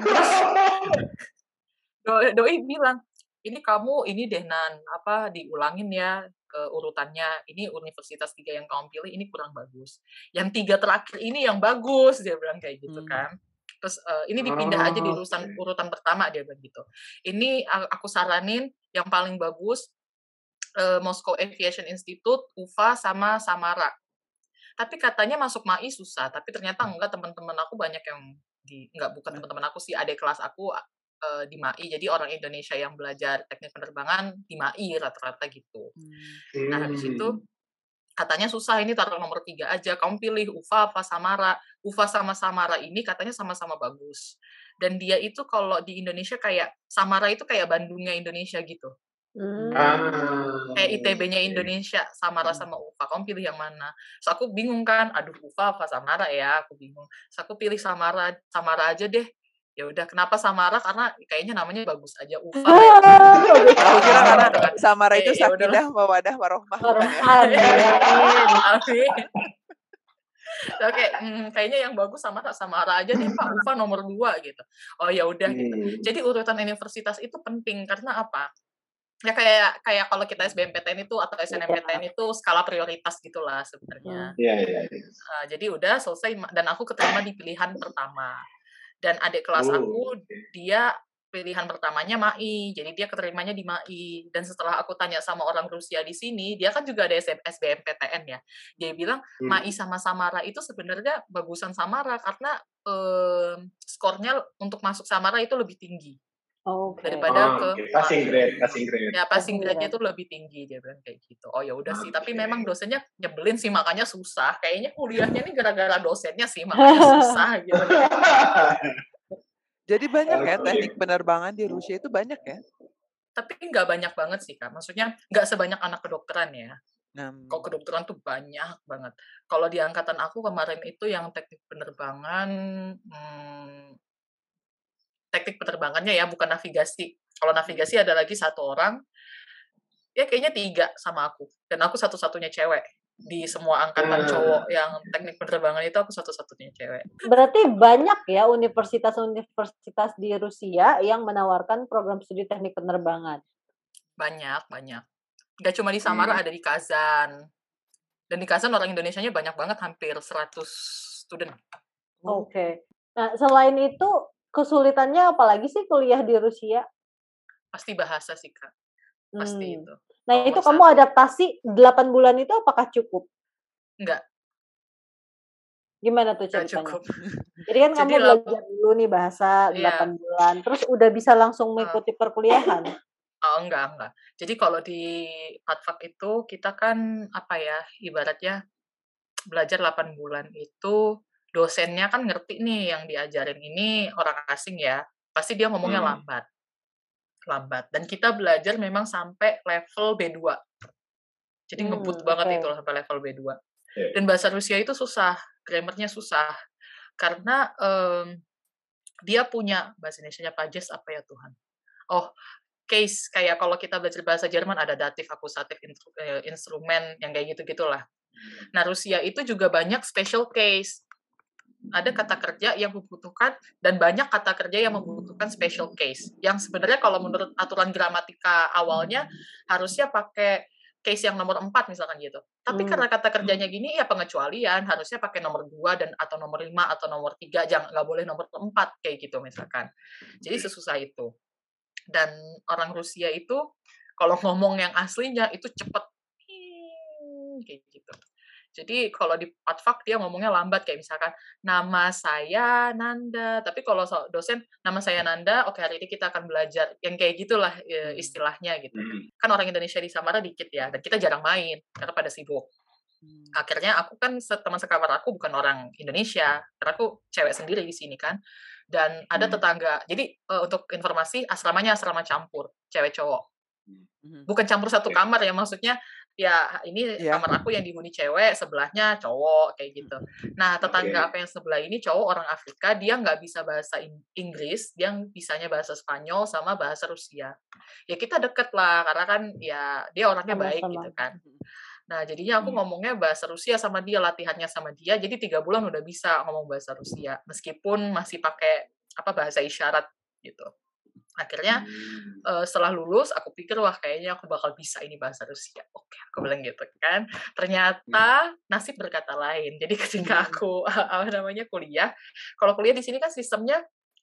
Terus doi bilang, ini deh Nan, apa diulangin ya urutannya, ini universitas 3 yang kamu pilih ini kurang bagus. Yang 3 terakhir ini yang bagus, dia bilang kayak gitu kan. Terus ini dipindah aja di urutan pertama, dia bilang gitu. Ini aku saranin yang paling bagus Moscow Aviation Institute, UFA sama Samara. Tapi katanya masuk MAI susah, tapi ternyata enggak, teman-teman aku banyak yang bukan teman-teman aku sih, adik kelas aku di MAI, jadi orang Indonesia yang belajar teknik penerbangan di MAI rata-rata gitu. Nah habis itu katanya susah, ini taruh nomor 3 aja, kamu pilih UFA apa Samara. UFA sama Samara ini katanya sama-sama bagus. Dan dia itu kalau di Indonesia kayak Samara itu kayak Bandungnya Indonesia gitu. Kayak ITB-nya Indonesia, Samara sama UFA, kamu pilih yang mana? So aku bingung kan, aduh UFA apa Samara ya, aku bingung. So aku pilih Samara aja deh. Ya udah, kenapa Samara? Karena kayaknya namanya bagus aja, UFA. Aku kira karena Samara itu sakinah mawadah warohmah. Amin. Oke, kayaknya yang bagus Samara aja deh Pak, UFA nomor 2 gitu. Oh ya udah gitu. Jadi urutan universitas itu penting karena apa? Ya kayak kalau kita SBMPTN itu atau SNMPTN itu skala prioritas gitulah sebenarnya. Iya. Jadi udah selesai dan aku keterima di pilihan pertama. Dan adik kelas aku dia pilihan pertamanya MAI, jadi dia keterimanya di MAI. Dan setelah aku tanya sama orang Rusia di sini, dia kan juga ada SBMPTN ya. Dia bilang MAI sama Samara itu sebenarnya bagusan Samara karena skornya untuk masuk Samara itu lebih tinggi. Daripada passing grade. Ya passing grade-nya itu lebih tinggi, dia bilang kayak gitu. Oh ya udah sih, tapi memang dosennya nyebelin sih, makanya susah. Kayaknya kuliahnya ini gara-gara dosennya sih, makanya susah gitu. Jadi banyak ya teknik penerbangan di Rusia itu banyak ya? Tapi nggak banyak banget sih Kak. Maksudnya nggak sebanyak anak kedokteran ya. Kalau kedokteran tuh banyak banget. Kalau di angkatan aku kemarin itu yang teknik penerbangannya ya, bukan navigasi. Kalau navigasi ada lagi 1 orang, ya kayaknya 3 sama aku. Dan aku satu-satunya cewek. Di semua angkatan cowok yang teknik penerbangan itu aku satu-satunya cewek. Berarti banyak ya universitas-universitas di Rusia yang menawarkan program studi teknik penerbangan. Banyak. Nggak cuma di Samara, ada di Kazan. Dan di Kazan orang Indonesianya banyak banget, hampir 100 student. Oke. Nah, selain itu kesulitannya apalagi sih kuliah di Rusia? Pasti bahasa sih, Kak. Pasti itu. Nah, Nomor itu kamu 1. adaptasi 8 bulan itu apakah cukup? Enggak. Gimana tuh Nggak ceritanya? cukup. Jadi kan kamu belajar dulu nih bahasa 8 bulan, terus udah bisa langsung mengikuti perkuliahan? Oh, enggak. Jadi kalau di Advak itu kita kan ibaratnya belajar 8 bulan itu dosennya kan ngerti nih yang diajarin ini orang asing ya. Pasti dia ngomongnya lambat. Dan kita belajar memang sampai level B2. Jadi ngebut banget itu sampai level B2. Dan bahasa Rusia itu susah, grammarnya susah. Karena dia punya bahasa Indonesianya pajes apa ya Tuhan. Case, kayak kalau kita belajar bahasa Jerman ada datif, akusatif, instrumen, yang kayak gitu-gitulah. Nah, Rusia itu juga banyak special case. Ada kata kerja yang membutuhkan, dan banyak kata kerja yang membutuhkan special case. Yang sebenarnya kalau menurut aturan gramatika awalnya, harusnya pakai case yang nomor 4 misalkan gitu. Tapi karena kata kerjanya gini, ya pengecualian, harusnya pakai nomor 2 dan atau nomor 5 atau nomor 3, nggak boleh nomor 4 kayak gitu misalkan. Jadi sesusah itu. Dan orang Rusia itu kalau ngomong yang aslinya itu cepet kayak gitu. Jadi kalau di Advak dia ngomongnya lambat, kayak misalkan nama saya Nanda, tapi kalau dosen nama saya Nanda, oke hari ini kita akan belajar yang kayak gitulah istilahnya gitu. Kan orang Indonesia di Samara dikit ya, dan kita jarang main karena pada sibuk. Akhirnya aku kan teman sekamar aku bukan orang Indonesia, karena aku cewek sendiri di sini kan. Dan ada tetangga. Jadi untuk informasi, asramanya asrama campur, cewek cowok. Bukan campur satu kamar ya, maksudnya ya ini kamar aku yang dihuni cewek, sebelahnya cowok kayak gitu. Nah, tetangga apa yang sebelah ini cowok orang Afrika, dia nggak bisa bahasa Inggris, dia bisanya bahasa Spanyol sama bahasa Rusia. Ya kita deket lah, karena kan ya dia orangnya baik gitu kan. Nah, jadinya aku ngomongnya bahasa Rusia sama dia, latihannya sama dia, jadi 3 bulan udah bisa ngomong bahasa Rusia, meskipun masih pakai bahasa isyarat gitu. Akhirnya setelah lulus, aku pikir, wah kayaknya aku bakal bisa ini bahasa Rusia. Oke, aku bilang gitu kan. Ternyata nasib berkata lain. Jadi ketika aku kuliah, kalau kuliah di sini kan sistemnya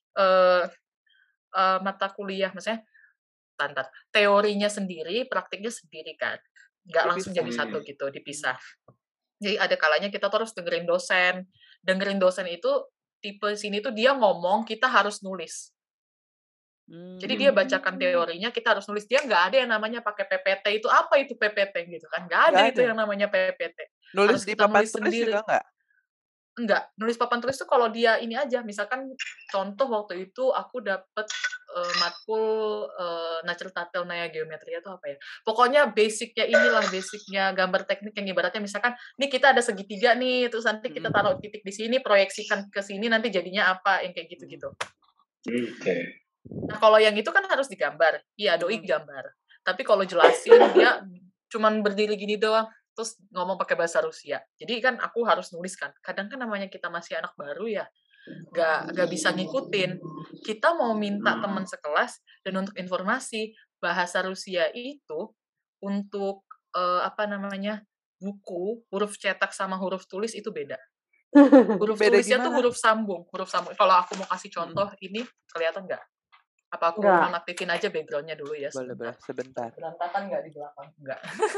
mata kuliah, maksudnya teorinya sendiri, praktiknya sendiri kan. Nggak langsung jadi satu gitu, dipisah. Jadi ada kalanya kita terus dengerin dosen. Dengerin dosen itu, tipe sini tuh dia ngomong, kita harus nulis. Jadi dia bacakan teorinya, kita harus nulis. Dia nggak ada yang namanya pakai PPT. Itu apa itu PPT gitu kan? Nggak ada itu yang namanya PPT. Nulis harus di kita papan nulis tulis sendiri. juga nggak? Enggak, nulis papan tulis itu kalau dia ini aja. Misalkan contoh waktu itu aku dapet matkul Naceltatel geometria itu apa ya? Pokoknya basicnya inilah, basicnya gambar teknik yang ibaratnya misalkan, nih kita ada segitiga nih, terus nanti kita taruh titik di sini, proyeksikan ke sini, nanti jadinya apa, yang kayak gitu-gitu. Nah, kalau yang itu kan harus digambar. Iya, doi gambar. Tapi kalau jelasin, dia cuman berdiri gini doang, terus ngomong pakai bahasa Rusia. Jadi kan aku harus nulis kan. Kadang kan namanya kita masih anak baru ya, gak bisa ngikutin. Kita mau minta teman sekelas, dan untuk informasi, bahasa Rusia itu untuk buku, huruf cetak sama huruf tulis itu beda. Huruf Beda tulisnya gimana? tuh huruf sambung. Kalau aku mau kasih contoh, ini kelihatan nggak? Apa aku nonaktifin aja background-nya dulu ya sebentar. Boleh, sebentar. Berantakan nggak di belakang? Nggak.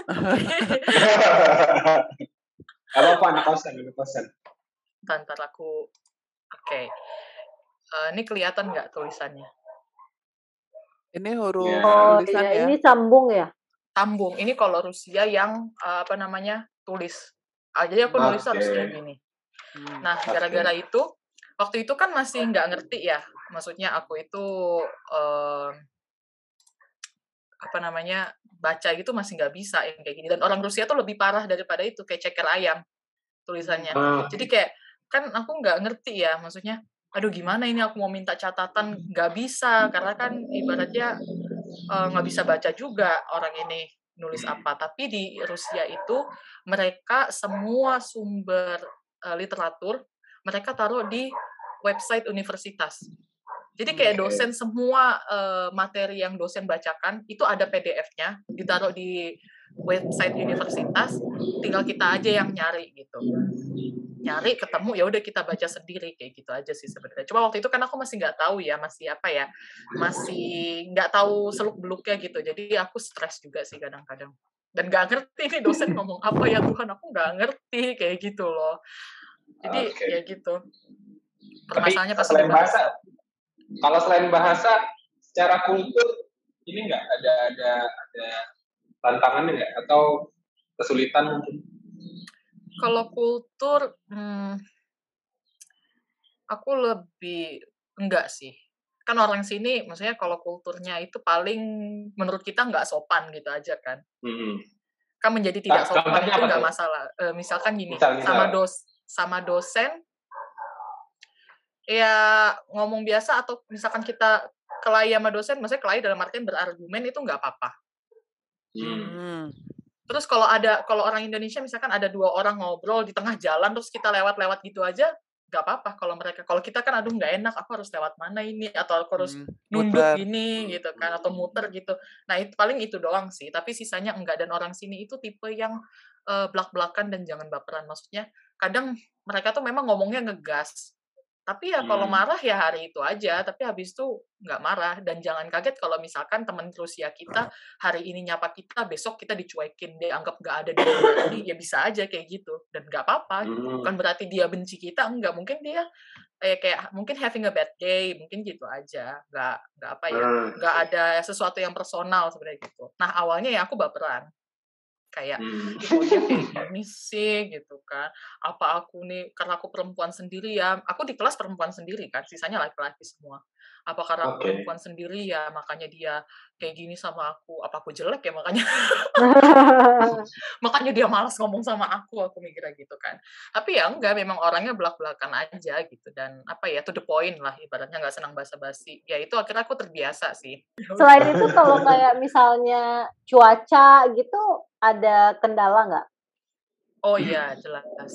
Apa anak kosan? Ntar aku, oke. Ini kelihatan nggak tulisannya? Ini huruf tulisan ya? Ini sambung ya? Sambung. Ini kalau Rusia yang tulis. Jadi aku nulis harus kayak gini. Nah, gara-gara itu, waktu itu kan masih nggak ngerti ya. Maksudnya aku itu baca gitu masih nggak bisa yang kayak gini. Dan orang Rusia tuh lebih parah daripada itu, kayak ceker ayam tulisannya. Jadi kayak kan aku nggak ngerti ya, maksudnya aduh gimana ini aku mau minta catatan nggak bisa karena kan ibaratnya nggak bisa baca juga orang ini nulis apa. Tapi di Rusia itu mereka semua sumber literatur mereka taruh di website universitas. Jadi kayak dosen semua materi yang dosen bacakan itu ada PDF-nya, ditaruh di website universitas, tinggal kita aja yang nyari gitu. Nyari ketemu ya udah kita baca sendiri kayak gitu aja sih sebenarnya. Cuma waktu itu kan aku masih nggak tahu ya, masih nggak tahu seluk beluknya gitu. Jadi aku stres juga sih kadang-kadang. Dan nggak ngerti nih dosen ngomong apa ya Tuhan, aku nggak ngerti kayak gitu loh. Jadi ya gitu. Permasalahannya pasti selain bahasa. Kalau selain bahasa, secara kultur ini nggak ada tantangannya nggak atau kesulitan mungkin? Kalau kultur, aku lebih enggak sih. Kan orang sini, maksudnya kalau kulturnya itu paling menurut kita nggak sopan gitu aja kan. Kan menjadi tidak sopan itu nggak masalah. Misalkan gini, sama dosen. Ya ngomong biasa atau misalkan kita kelahi sama dosen, maksudnya kelahi dalam artian berargumen itu nggak apa-apa. Terus kalau orang Indonesia misalkan ada 2 orang ngobrol di tengah jalan terus kita lewat-lewat gitu aja nggak apa-apa. Kalau kita kan aduh nggak enak, aku harus lewat mana ini atau aku harus nunduk gini gitu kan atau muter gitu. Nah itu paling itu doang sih. Tapi sisanya enggak. Dan orang sini itu tipe yang belak-belakan dan jangan baperan. Maksudnya kadang mereka tuh memang ngomongnya ngegas. Tapi ya kalau marah ya hari itu aja, tapi habis itu nggak marah. Dan jangan kaget kalau misalkan teman Rusia kita hari ini nyapa kita, besok kita dicuekin, dia anggap nggak ada dia berarti, ya bisa aja kayak gitu. Dan nggak apa-apa, bukan berarti dia benci kita, enggak. Mungkin dia kayak mungkin having a bad day, mungkin gitu aja. Nggak ada sesuatu yang personal sebenarnya gitu. Nah awalnya ya aku baperan. Kayak dia kayak gini sih gitu kan, apa aku nih karena aku perempuan sendiri ya, aku di kelas perempuan sendiri kan, sisanya laki-laki semua, apa karena aku perempuan sendiri ya makanya dia kayak gini sama aku, apa aku jelek ya makanya dia malas ngomong sama aku mikirnya gitu kan. Tapi ya enggak, memang orangnya belak-belakan aja gitu, dan to the point lah, ibaratnya nggak senang basa-basi. Ya itu akhirnya aku terbiasa sih. Selain itu kalau kayak misalnya cuaca gitu ada kendala nggak? Oh iya, jelas.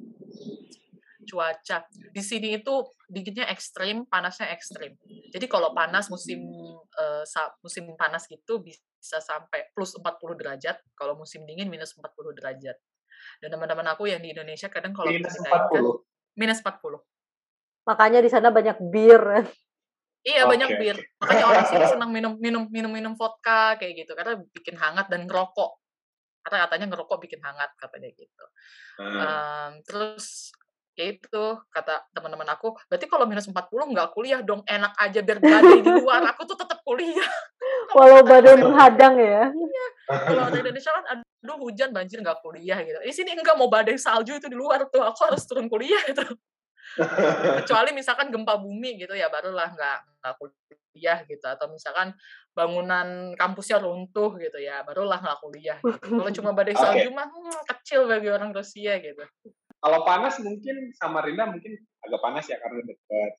Cuaca. Di sini itu dinginnya ekstrim, panasnya ekstrim. Jadi kalau panas musim panas gitu bisa sampai plus 40 derajat, kalau musim dingin minus 40 derajat. Dan teman-teman aku yang di Indonesia kadang kalau minus 40. Minus 40. Makanya di sana banyak bir. Iya, banyak bir. Makanya orang sini senang minum vodka kayak gitu karena bikin hangat, dan ngerokok. Karena katanya ngerokok bikin hangat katanya gitu. Terus ya itu kata teman-teman aku, berarti kalau minus 40 nggak kuliah dong, enak aja biar badai di luar, aku tuh tetap kuliah. Walau badai menghadang ya. Iya. Kalau di Indonesia kan aduh hujan banjir nggak kuliah gitu. Di sini enggak, mau badai salju itu di luar tuh aku harus turun kuliah itu. Kecuali misalkan gempa bumi gitu ya barulah nggak kuliah gitu, atau misalkan bangunan kampusnya runtuh gitu ya barulah nggak kuliah gitu. Kalau cuma badai salju mah kecil bagi orang Rusia gitu. Kalau panas mungkin Samarinda mungkin agak panas ya karena dekat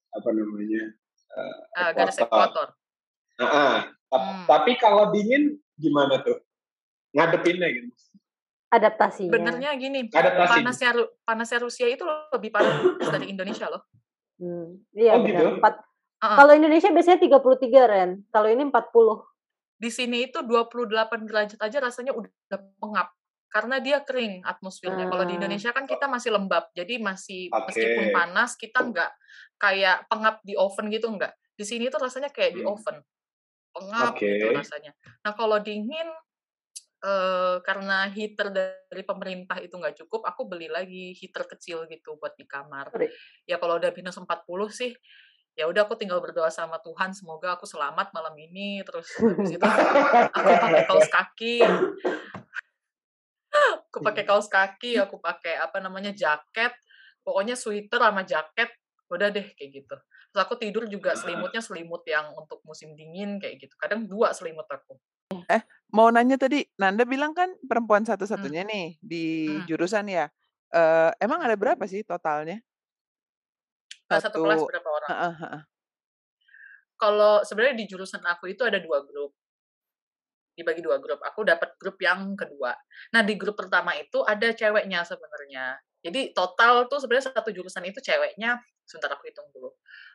garis ekuator. Tapi kalau dingin gimana tuh ngadepinnya gitu? Adaptasinya. Benernya gini, panasnya Rusia itu lebih panas dari Indonesia loh. Iya benar. Gitu? Kalau Indonesia biasanya 33 Ren, kalau ini 40. Di sini itu 28 derajat aja rasanya udah pengap. Karena dia kering atmosfernya. Kalau di Indonesia kan kita masih lembab, jadi meskipun panas kita nggak kayak pengap di oven gitu, nggak. Di sini tuh rasanya kayak di oven, pengap gitu rasanya. Nah kalau dingin, karena heater dari pemerintah itu nggak cukup, aku beli lagi heater kecil gitu buat di kamar. Ya kalau udah minus 40 sih, ya udah aku tinggal berdoa sama Tuhan semoga aku selamat malam ini. Terus habis itu aku pakai kaos kaki. Aku pakai jaket, pokoknya sweater sama jaket, udah deh kayak gitu. Terus aku tidur juga selimutnya selimut yang untuk musim dingin kayak gitu. Kadang 2 selimut aku. Mau nanya tadi, Nanda bilang kan perempuan satu-satunya nih di jurusan ya. Emang ada berapa sih totalnya? Satu kelas berapa orang? Kalau sebenarnya di jurusan aku itu ada 2 grup. Dibagi 2 grup. Aku dapat grup yang kedua. Nah, di grup pertama itu ada ceweknya sebenarnya. Jadi total tuh sebenarnya satu jurusan itu ceweknya, sebentar aku hitung dulu.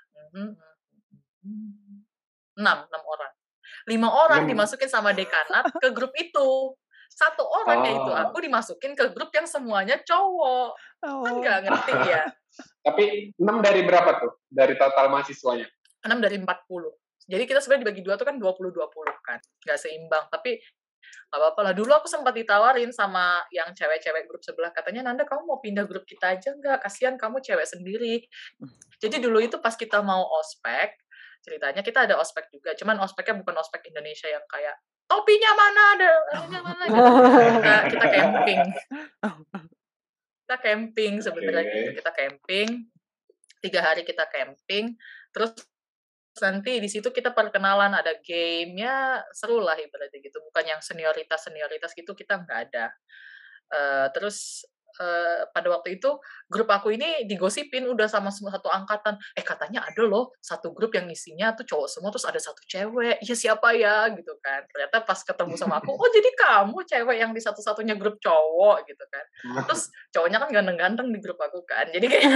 6 orang. 5 orang dimasukin sama dekanat ke grup itu. 1 orang yaitu aku dimasukin ke grup yang semuanya cowok. Kan nggak ngerti ya. Tapi 6 dari berapa tuh? Dari total mahasiswanya? 6 dari 40. Jadi kita sebenarnya dibagi 2 tuh kan 20-20 kan. Nggak seimbang. Tapi nggak apa-apa lah. Dulu aku sempat ditawarin sama yang cewek-cewek grup sebelah. Katanya, Nanda kamu mau pindah grup kita aja nggak? Kasihan kamu cewek sendiri. Jadi dulu itu pas kita mau ospek, ceritanya kita ada ospek juga. Cuman ospeknya bukan ospek Indonesia yang kayak topinya mana, anunya mana gitu. Kita camping. Kita camping sebenarnya gitu. Kita camping. 3 hari kita camping. Terus nanti di situ kita perkenalan, ada game-nya, seru lah ibaratnya gitu. Bukan yang senioritas gitu, kita nggak ada. Terus pada waktu itu grup aku ini digosipin udah sama satu angkatan. Katanya ada loh satu grup yang isinya tuh cowok semua, terus ada satu cewek. Iya siapa ya gitu kan. Ternyata pas ketemu sama aku, oh jadi kamu cewek yang di satu-satunya grup cowok gitu kan. Terus cowoknya kan ganteng-ganteng di grup aku kan. Jadi kayak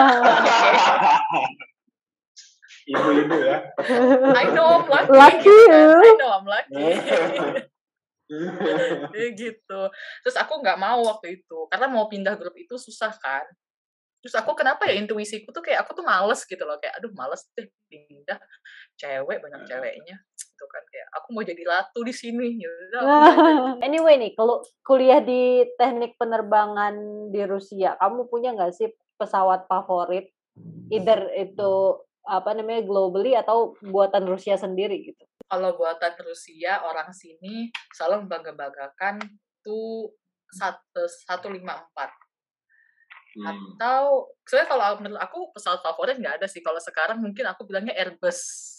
ibu-ibu ya. I know I'm lucky. Lucky gitu kan. you. I know I'm lucky. Gitu. Terus aku nggak mau waktu itu karena mau pindah grup itu susah kan. Terus aku kenapa ya intuisiku tuh kayak aku tuh males gitu loh, kayak aduh males deh pindah, cewek banyak ceweknya gitu kan, kayak aku mau jadi ratu di sini gitu. Anyway nih, kalau kuliah di teknik penerbangan di Rusia, kamu punya nggak sih pesawat favorit? Either itu globally atau buatan Rusia sendiri gitu. Kalau buatan Rusia, orang sini selalu membangga-banggakan tuh 154. Atau sebenarnya kalau menurut aku pesawat favorit nggak ada sih. Kalau sekarang mungkin aku bilangnya Airbus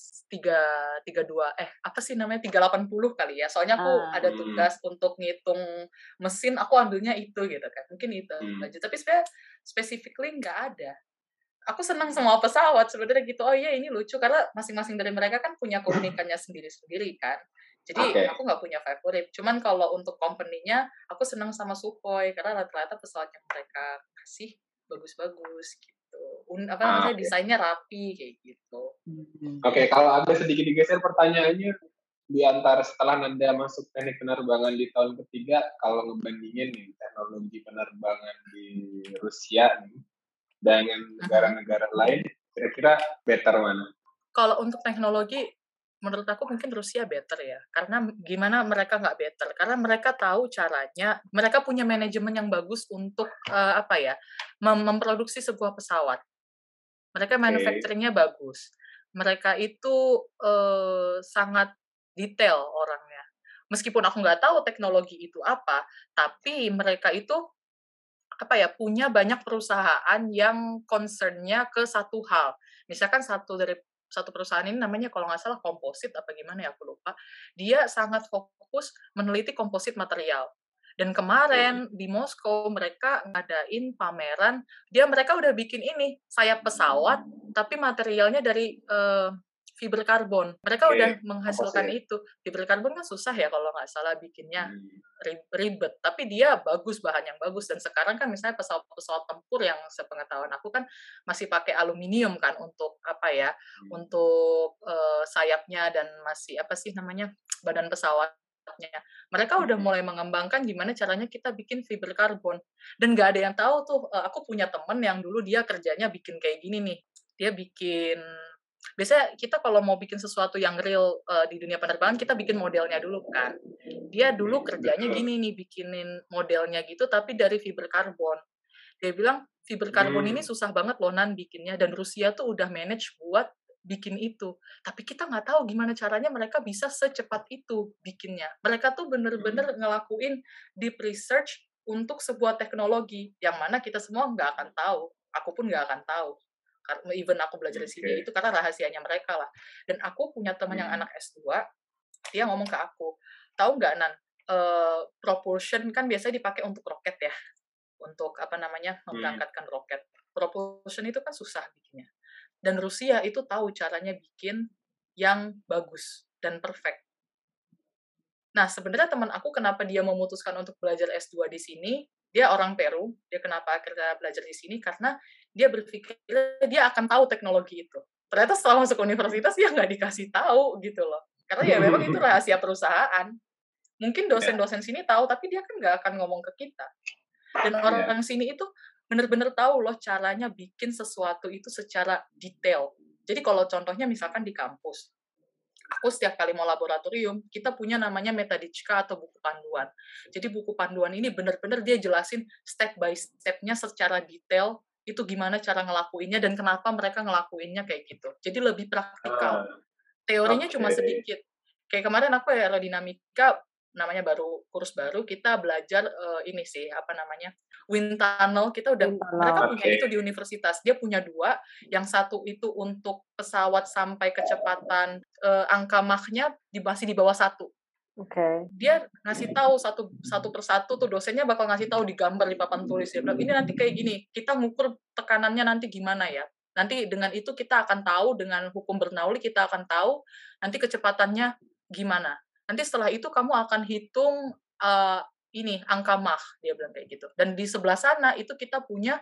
332 apa sih namanya 380 kali ya. Soalnya aku ada tugas untuk ngitung mesin, aku ambilnya itu gitu kan. Mungkin itu aja. Tapi sebenarnya specifically nggak ada. Aku senang semua pesawat sebenarnya gitu. Oh iya ini lucu karena masing-masing dari mereka kan punya keunikannya sendiri-sendiri kan. Jadi aku nggak punya favorit. Cuman kalau untuk company-nya aku senang sama Sukhoi karena rata-rata pesawat yang mereka kasih bagus-bagus gitu. Desainnya rapi kayak gitu. Oke, kalau agak sedikit digeser pertanyaannya di antara setelah Nanda masuk teknik penerbangan di tahun ketiga, kalau ngebandingin nih teknologi penerbangan di Rusia nih dengan negara-negara lain, kira-kira better mana? Kalau untuk teknologi, menurut aku mungkin Rusia better ya. Karena gimana mereka nggak better? Karena mereka tahu caranya, mereka punya manajemen yang bagus untuk memproduksi sebuah pesawat. Mereka manufacturing-nya bagus. Mereka itu sangat detail orangnya. Meskipun aku nggak tahu teknologi itu apa, tapi mereka itu punya banyak perusahaan yang concern-nya ke satu hal. Misalkan satu perusahaan ini namanya kalau nggak salah komposit apa gimana ya, aku lupa. Dia sangat fokus meneliti komposit material. Dan kemarin di Moskow mereka ngadain pameran, mereka udah bikin ini, sayap pesawat, tapi materialnya dari fiber karbon. Mereka udah menghasilkan itu. Fiber karbon kan susah ya kalau nggak salah bikinnya, ribet. Tapi dia bagus, bahan yang bagus. Dan sekarang kan misalnya pesawat tempur yang sepengetahuan aku kan masih pakai aluminium kan untuk untuk sayapnya dan masih badan pesawatnya. Mereka udah mulai mengembangkan gimana caranya kita bikin fiber karbon. Dan nggak ada yang tahu tuh, aku punya temen yang dulu dia kerjanya bikin kayak gini nih. Dia bikin, biasanya kita kalau mau bikin sesuatu yang real di dunia penerbangan, kita bikin modelnya dulu kan. Dia dulu kerjanya gini nih, bikinin modelnya gitu, tapi dari fiber karbon. Dia bilang, fiber karbon ini susah banget loh Nan bikinnya, dan Rusia tuh udah manage buat bikin itu. Tapi kita nggak tahu gimana caranya mereka bisa secepat itu bikinnya. Mereka tuh bener-bener ngelakuin deep research untuk sebuah teknologi, yang mana kita semua nggak akan tahu. Aku pun nggak akan tahu. Karena even aku belajar di sini, itu karena rahasianya mereka lah. Dan aku punya teman yang anak S2, dia ngomong ke aku, tahu nggak Nan, propulsion kan biasanya dipakai untuk roket ya, untuk memberangkatkan roket. Propulsion itu kan susah bikinnya. Dan Rusia itu tahu caranya bikin yang bagus dan perfect. Nah, sebenarnya teman aku kenapa dia memutuskan untuk belajar S2 di sini, dia orang Peru, dia kenapa akhirnya belajar di sini, karena dia berpikir dia akan tahu teknologi itu. Ternyata setelah masuk universitas, dia nggak dikasih tahu gitu loh. Karena ya memang itu rahasia perusahaan. Mungkin dosen-dosen sini tahu, tapi dia kan nggak akan ngomong ke kita. Dan orang sini itu benar-benar tahu loh caranya bikin sesuatu itu secara detail. Jadi kalau contohnya misalkan di kampus, aku setiap kali mau laboratorium, kita punya namanya metodička atau buku panduan. Jadi buku panduan ini benar-benar dia jelasin step by step-nya secara detail, itu gimana cara ngelakuinnya dan kenapa mereka ngelakuinnya kayak gitu. Jadi lebih praktikal. Teorinya cuma sedikit. Kayak kemarin aku aerodinamika, namanya kursus baru, kita belajar wind tunnel. Kita udah mereka punya itu di universitas. Dia punya 2, yang satu itu untuk pesawat sampai kecepatan angka Mach-nya masih di bawah 1. Dia ngasih tahu satu persatu tuh, dosennya bakal ngasih tahu di gambar di papan tulis. Dia bilang, ini nanti kayak gini, kita ngukur tekanannya nanti gimana ya. Nanti dengan itu kita akan tahu, dengan hukum Bernoulli kita akan tahu nanti kecepatannya gimana. Nanti setelah itu kamu akan hitung angka Mach, dia bilang kayak gitu. Dan di sebelah sana itu kita punya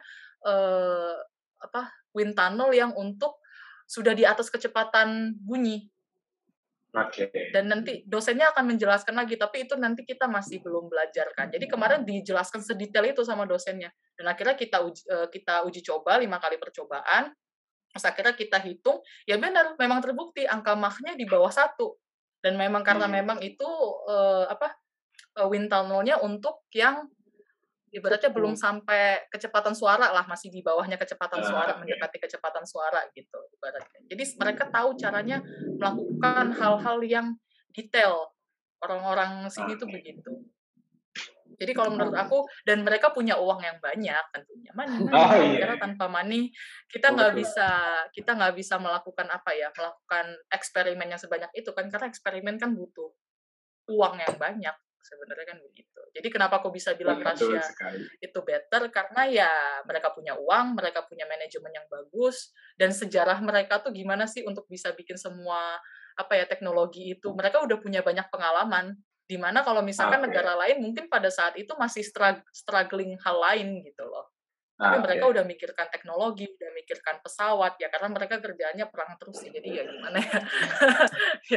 wind tunnel yang untuk sudah di atas kecepatan bunyi. Dan nanti dosennya akan menjelaskan lagi, tapi itu nanti kita masih belum belajar kan. Jadi kemarin dijelaskan sedetail itu sama dosennya. Dan akhirnya kita uji coba 5 kali percobaan. Terus akhirnya kita hitung, ya benar, memang terbukti angka Mach-nya di bawah 1. Dan memang karena memang itu wind tunnel-nya untuk yang ibaratnya belum sampai kecepatan suara lah, masih di bawahnya kecepatan suara, mendekati kecepatan suara gitu ibaratnya. Jadi mereka tahu caranya melakukan hal-hal yang detail. Orang-orang sini tuh begitu. Jadi kalau menurut aku, dan mereka punya uang yang banyak tentunya, money. Karena tanpa money kita nggak bisa melakukan melakukan eksperimen yang sebanyak itu kan, karena eksperimen kan butuh uang yang banyak sebenarnya kan begitu. Jadi kenapa aku bisa bilang Rusia itu better, karena ya mereka punya uang, mereka punya manajemen yang bagus, dan sejarah mereka tuh gimana sih untuk bisa bikin semua teknologi itu. Mereka udah punya banyak pengalaman. Dimana kalau misalkan negara lain mungkin pada saat itu masih struggling hal lain gitu loh. Tapi mereka udah mikirkan teknologi, udah mikirkan pesawat, ya karena mereka kerjaannya perang terus ya, jadi ya gimana ya. Ya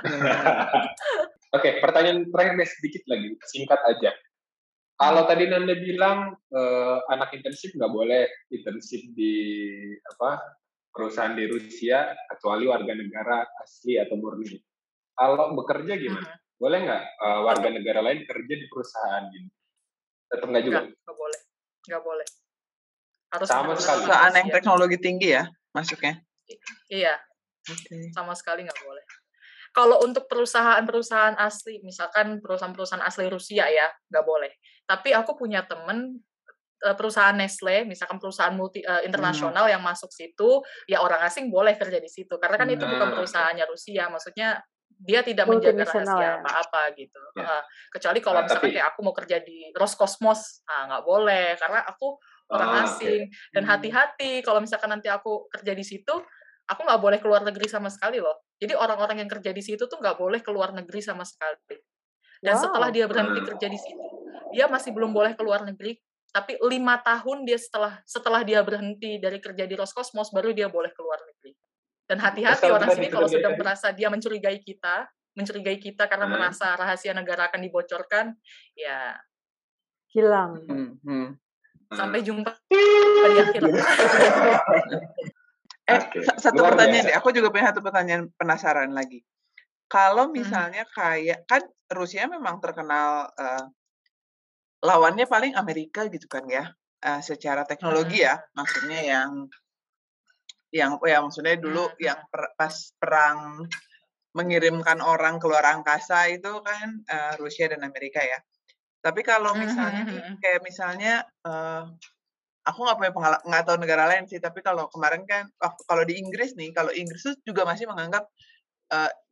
Oke, pertanyaan terakhir sedikit lagi, singkat aja. Kalau tadi Nanda bilang anak internship nggak boleh internship di perusahaan di Rusia kecuali warga negara asli atau murni. Kalau bekerja gimana? Boleh nggak warga negara lain kerja di perusahaan gini? Tetap nggak juga? Nggak boleh. Harus sama sekali. Perusahaan yang teknologi tinggi ya masuknya? Iya. Sama sekali nggak boleh. Kalau untuk perusahaan-perusahaan asli, misalkan perusahaan-perusahaan asli Rusia ya, nggak boleh. Tapi aku punya temen perusahaan Nestle, misalkan perusahaan internasional yang masuk situ, ya orang asing boleh kerja di situ. Karena kan itu bukan perusahaannya Rusia, maksudnya dia tidak menjaga rahasia apa-apa gitu. Kecuali kalau misalkan kayak aku mau kerja di Roskosmos, nggak boleh, karena aku orang asing. Dan hati-hati kalau misalkan nanti aku kerja di situ, aku nggak boleh keluar negeri sama sekali loh. Jadi orang-orang yang kerja di situ tuh nggak boleh keluar negeri sama sekali. Dan setelah dia berhenti kerja di situ, dia masih belum boleh keluar negeri. Tapi 5 tahun dia setelah dia berhenti dari kerja di Roskosmos, baru dia boleh keluar negeri. Dan hati-hati orang sini kalau sudah merasa dia mencurigai kita karena merasa rahasia negara akan dibocorkan, ya hilang. Sampai jumpa di akhirat. Satu pertanyaan deh, aku juga punya satu pertanyaan penasaran lagi. Kalau misalnya kayak, kan Rusia memang terkenal lawannya paling Amerika gitu kan ya, secara teknologi ya, maksudnya yang maksudnya dulu yang pas perang mengirimkan orang keluar angkasa itu kan Rusia dan Amerika ya. Tapi kalau misalnya kayak misalnya aku nggak punya pengalaman, nggak tahu negara lain sih, tapi kalau kemarin kan kalau di Inggris nih, kalau Inggris tuh juga masih menganggap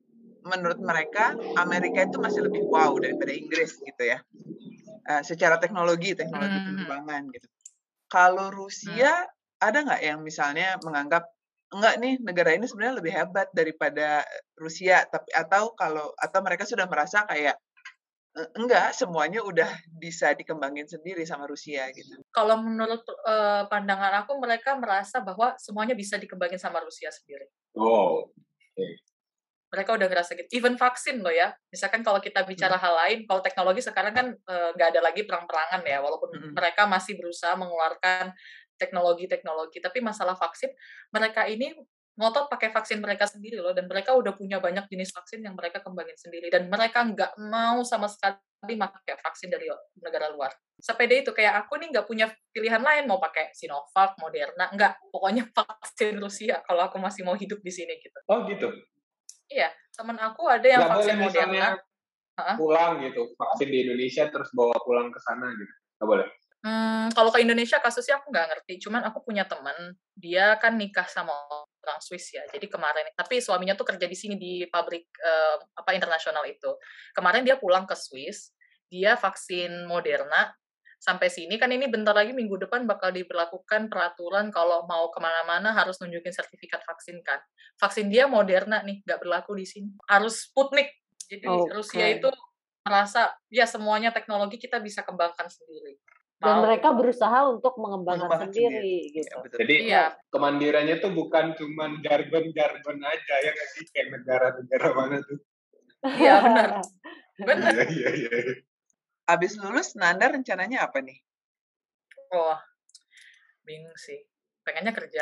menurut mereka Amerika itu masih lebih wow daripada Inggris gitu ya. Secara teknologi penerbangan gitu. Kalau Rusia ada nggak yang misalnya menganggap enggak nih negara ini sebenarnya lebih hebat daripada Rusia, tapi atau mereka sudah merasa kayak enggak, semuanya udah bisa dikembangin sendiri sama Rusia gitu. Kalau menurut pandangan aku, mereka merasa bahwa semuanya bisa dikembangin sama Rusia sendiri. Oh, oke. Mereka udah ngerasa gitu. Even vaksin loh ya. Misalkan kalau kita bicara hal lain, kalau teknologi sekarang kan nggak ada lagi perang-perangan ya, walaupun mereka masih berusaha mengeluarkan teknologi-teknologi. Tapi masalah vaksin, mereka ini ngotot pakai vaksin mereka sendiri loh, dan mereka udah punya banyak jenis vaksin yang mereka kembangin sendiri, dan mereka nggak mau sama sekali pakai vaksin dari negara luar. Sepede itu, kayak aku nih nggak punya pilihan lain, mau pakai Sinovac, Moderna, nggak. Pokoknya vaksin Rusia kalau aku masih mau hidup di sini gitu. Oh gitu? Iya, teman aku ada yang Nggak vaksin boleh misalnya Moderna. pulang gitu, vaksin di Indonesia terus bawa pulang ke sana gitu? Nggak boleh? Kalau ke Indonesia kasusnya aku nggak ngerti, cuman aku punya teman, dia kan nikah sama orang Swiss ya, jadi kemarin, tapi suaminya tuh kerja di sini di pabrik internasional itu. Kemarin dia pulang ke Swiss, dia vaksin Moderna, sampai sini kan ini bentar lagi minggu depan bakal diberlakukan peraturan kalau mau kemana-mana harus nunjukin sertifikat vaksin kan. Vaksin dia Moderna nih, nggak berlaku di sini. Harus Sputnik. Jadi Rusia itu merasa, ya semuanya teknologi kita bisa kembangkan sendiri. Dan mereka berusaha untuk mengembangkan sendiri gitu. Ya, betul. Jadi kemandirannya tuh bukan cuma jargon-jargon aja ya nggak sih, kayak negara-negara mana tuh. Iya benar. Benar. Iya. Abis lulus Nanda rencananya apa nih? Oh, bingung sih. Pengennya kerja.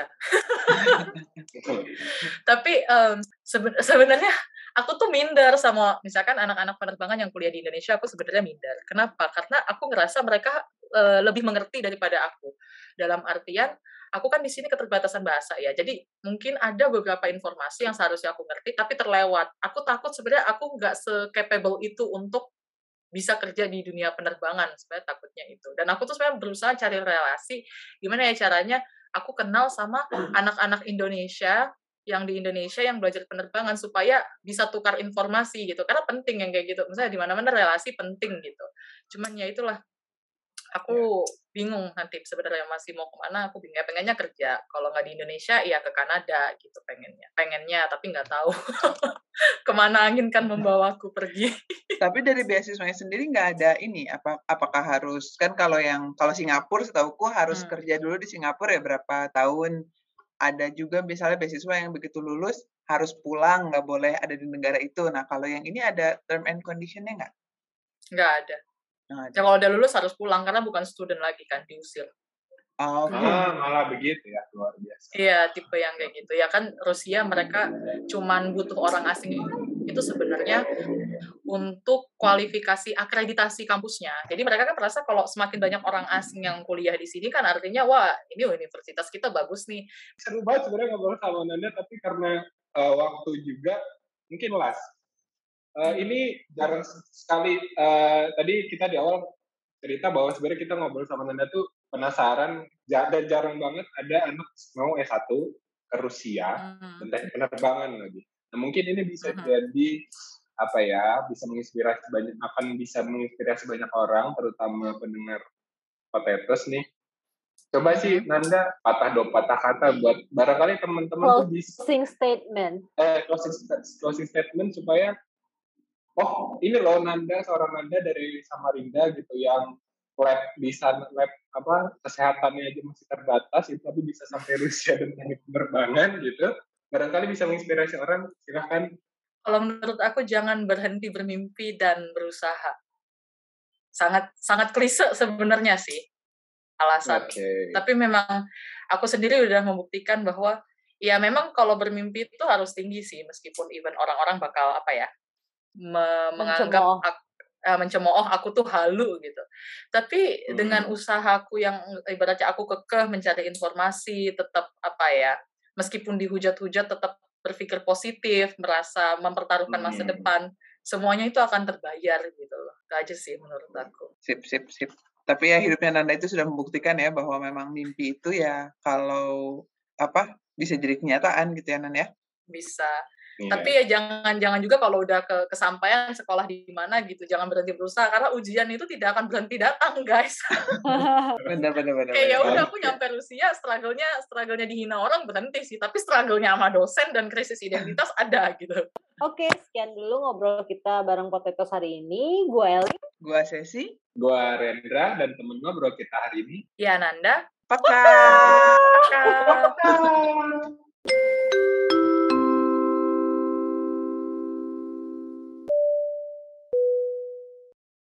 Tapi sebenarnya aku tuh minder sama misalkan anak-anak penerbangan yang kuliah di Indonesia, aku sebenarnya minder. Kenapa? Karena aku ngerasa mereka lebih mengerti daripada aku. Dalam artian, aku kan di sini keterbatasan bahasa ya. Jadi mungkin ada beberapa informasi yang seharusnya aku ngerti, tapi terlewat. Aku takut sebenarnya aku nggak se-capable itu untuk bisa kerja di dunia penerbangan, sebenarnya takutnya itu. Dan aku tuh sebenarnya berusaha cari relasi, gimana ya caranya aku kenal sama anak-anak Indonesia yang di Indonesia yang belajar penerbangan supaya bisa tukar informasi gitu. Karena penting yang kayak gitu. Misalnya di mana-mana relasi penting gitu. Cuman ya itulah, aku bingung nanti sebenarnya masih mau kemana, aku bingung. Pengennya kerja. Kalau nggak di Indonesia, ya ke Kanada gitu pengennya, tapi nggak tahu kemana angin kan membawaku pergi. Tapi dari beasiswanya sendiri nggak ada ini, apakah harus, kan kalau Singapura setauku harus kerja dulu di Singapura ya berapa tahun. Ada juga misalnya beasiswa yang begitu lulus harus pulang, nggak boleh ada di negara itu. Nah kalau yang ini ada term and condition-nya nggak? Nggak ada. Ya, kalau udah lulus harus pulang karena bukan student lagi kan, diusir. Oh, malah begitu ya, luar biasa. Iya, tipe yang kayak gitu. Ya kan Rusia mereka cuman butuh orang asing itu sebenarnya untuk kualifikasi akreditasi kampusnya. Jadi mereka kan merasa kalau semakin banyak orang asing yang kuliah di sini kan artinya wah ini universitas kita bagus nih. Seru banget sebenarnya ngobrol sama Nanda, tapi karena waktu juga mungkin las. Ini jarang sekali, tadi kita di awal cerita bahwa sebenarnya kita ngobrol sama Nanda tuh penasaran, dan jarang banget ada anak mau S1 ke Rusia, dan teknik penerbangan lagi. Nah, mungkin ini bisa jadi bisa menginspirasi banyak orang, terutama pendengar Potatoes nih. Coba sih Nanda patah kata buat barangkali teman-teman tuh bisa closing statement supaya ini loh seorang Nanda dari Samarinda gitu yang lab kesehatannya aja masih terbatas itu, tapi bisa sampai Rusia dan teknik penerbangan gitu. Barangkali bisa menginspirasi orang, silahkan. Kalau menurut aku jangan berhenti bermimpi dan berusaha. Sangat klise sebenarnya sih alasan. Tapi memang aku sendiri udah membuktikan bahwa ya memang kalau bermimpi itu harus tinggi sih, meskipun even orang-orang bakal menganggap mencemooh aku tuh halu gitu. Tapi dengan usahaku yang ibaratnya aku kekeh mencari informasi, tetap meskipun dihujat-hujat tetap berpikir positif, merasa mempertaruhkan masa depan, semuanya itu akan terbayar gitu loh. Itu aja sih menurut aku. Sip. Tapi ya hidupnya Nanda itu sudah membuktikan ya bahwa memang mimpi itu ya kalau bisa jadi kenyataan gitu ya Nanda ya. Bisa. Iya. Tapi ya jangan juga kalau udah kesampaian sekolah di mana gitu, jangan berhenti berusaha karena ujian itu tidak akan berhenti datang, guys. Bener. Kayak ya udah aku nyampe Rusia, struggle-nya dihina orang berhenti sih, tapi struggle-nya sama dosen dan krisis identitas ada gitu. Oke, sekian dulu ngobrol kita bareng Potatoes hari ini. Gue Eli. Gua Sesi. Gua Rendra dan temen ngobrol kita hari ini. Ya Nanda. Pakai. Pakai.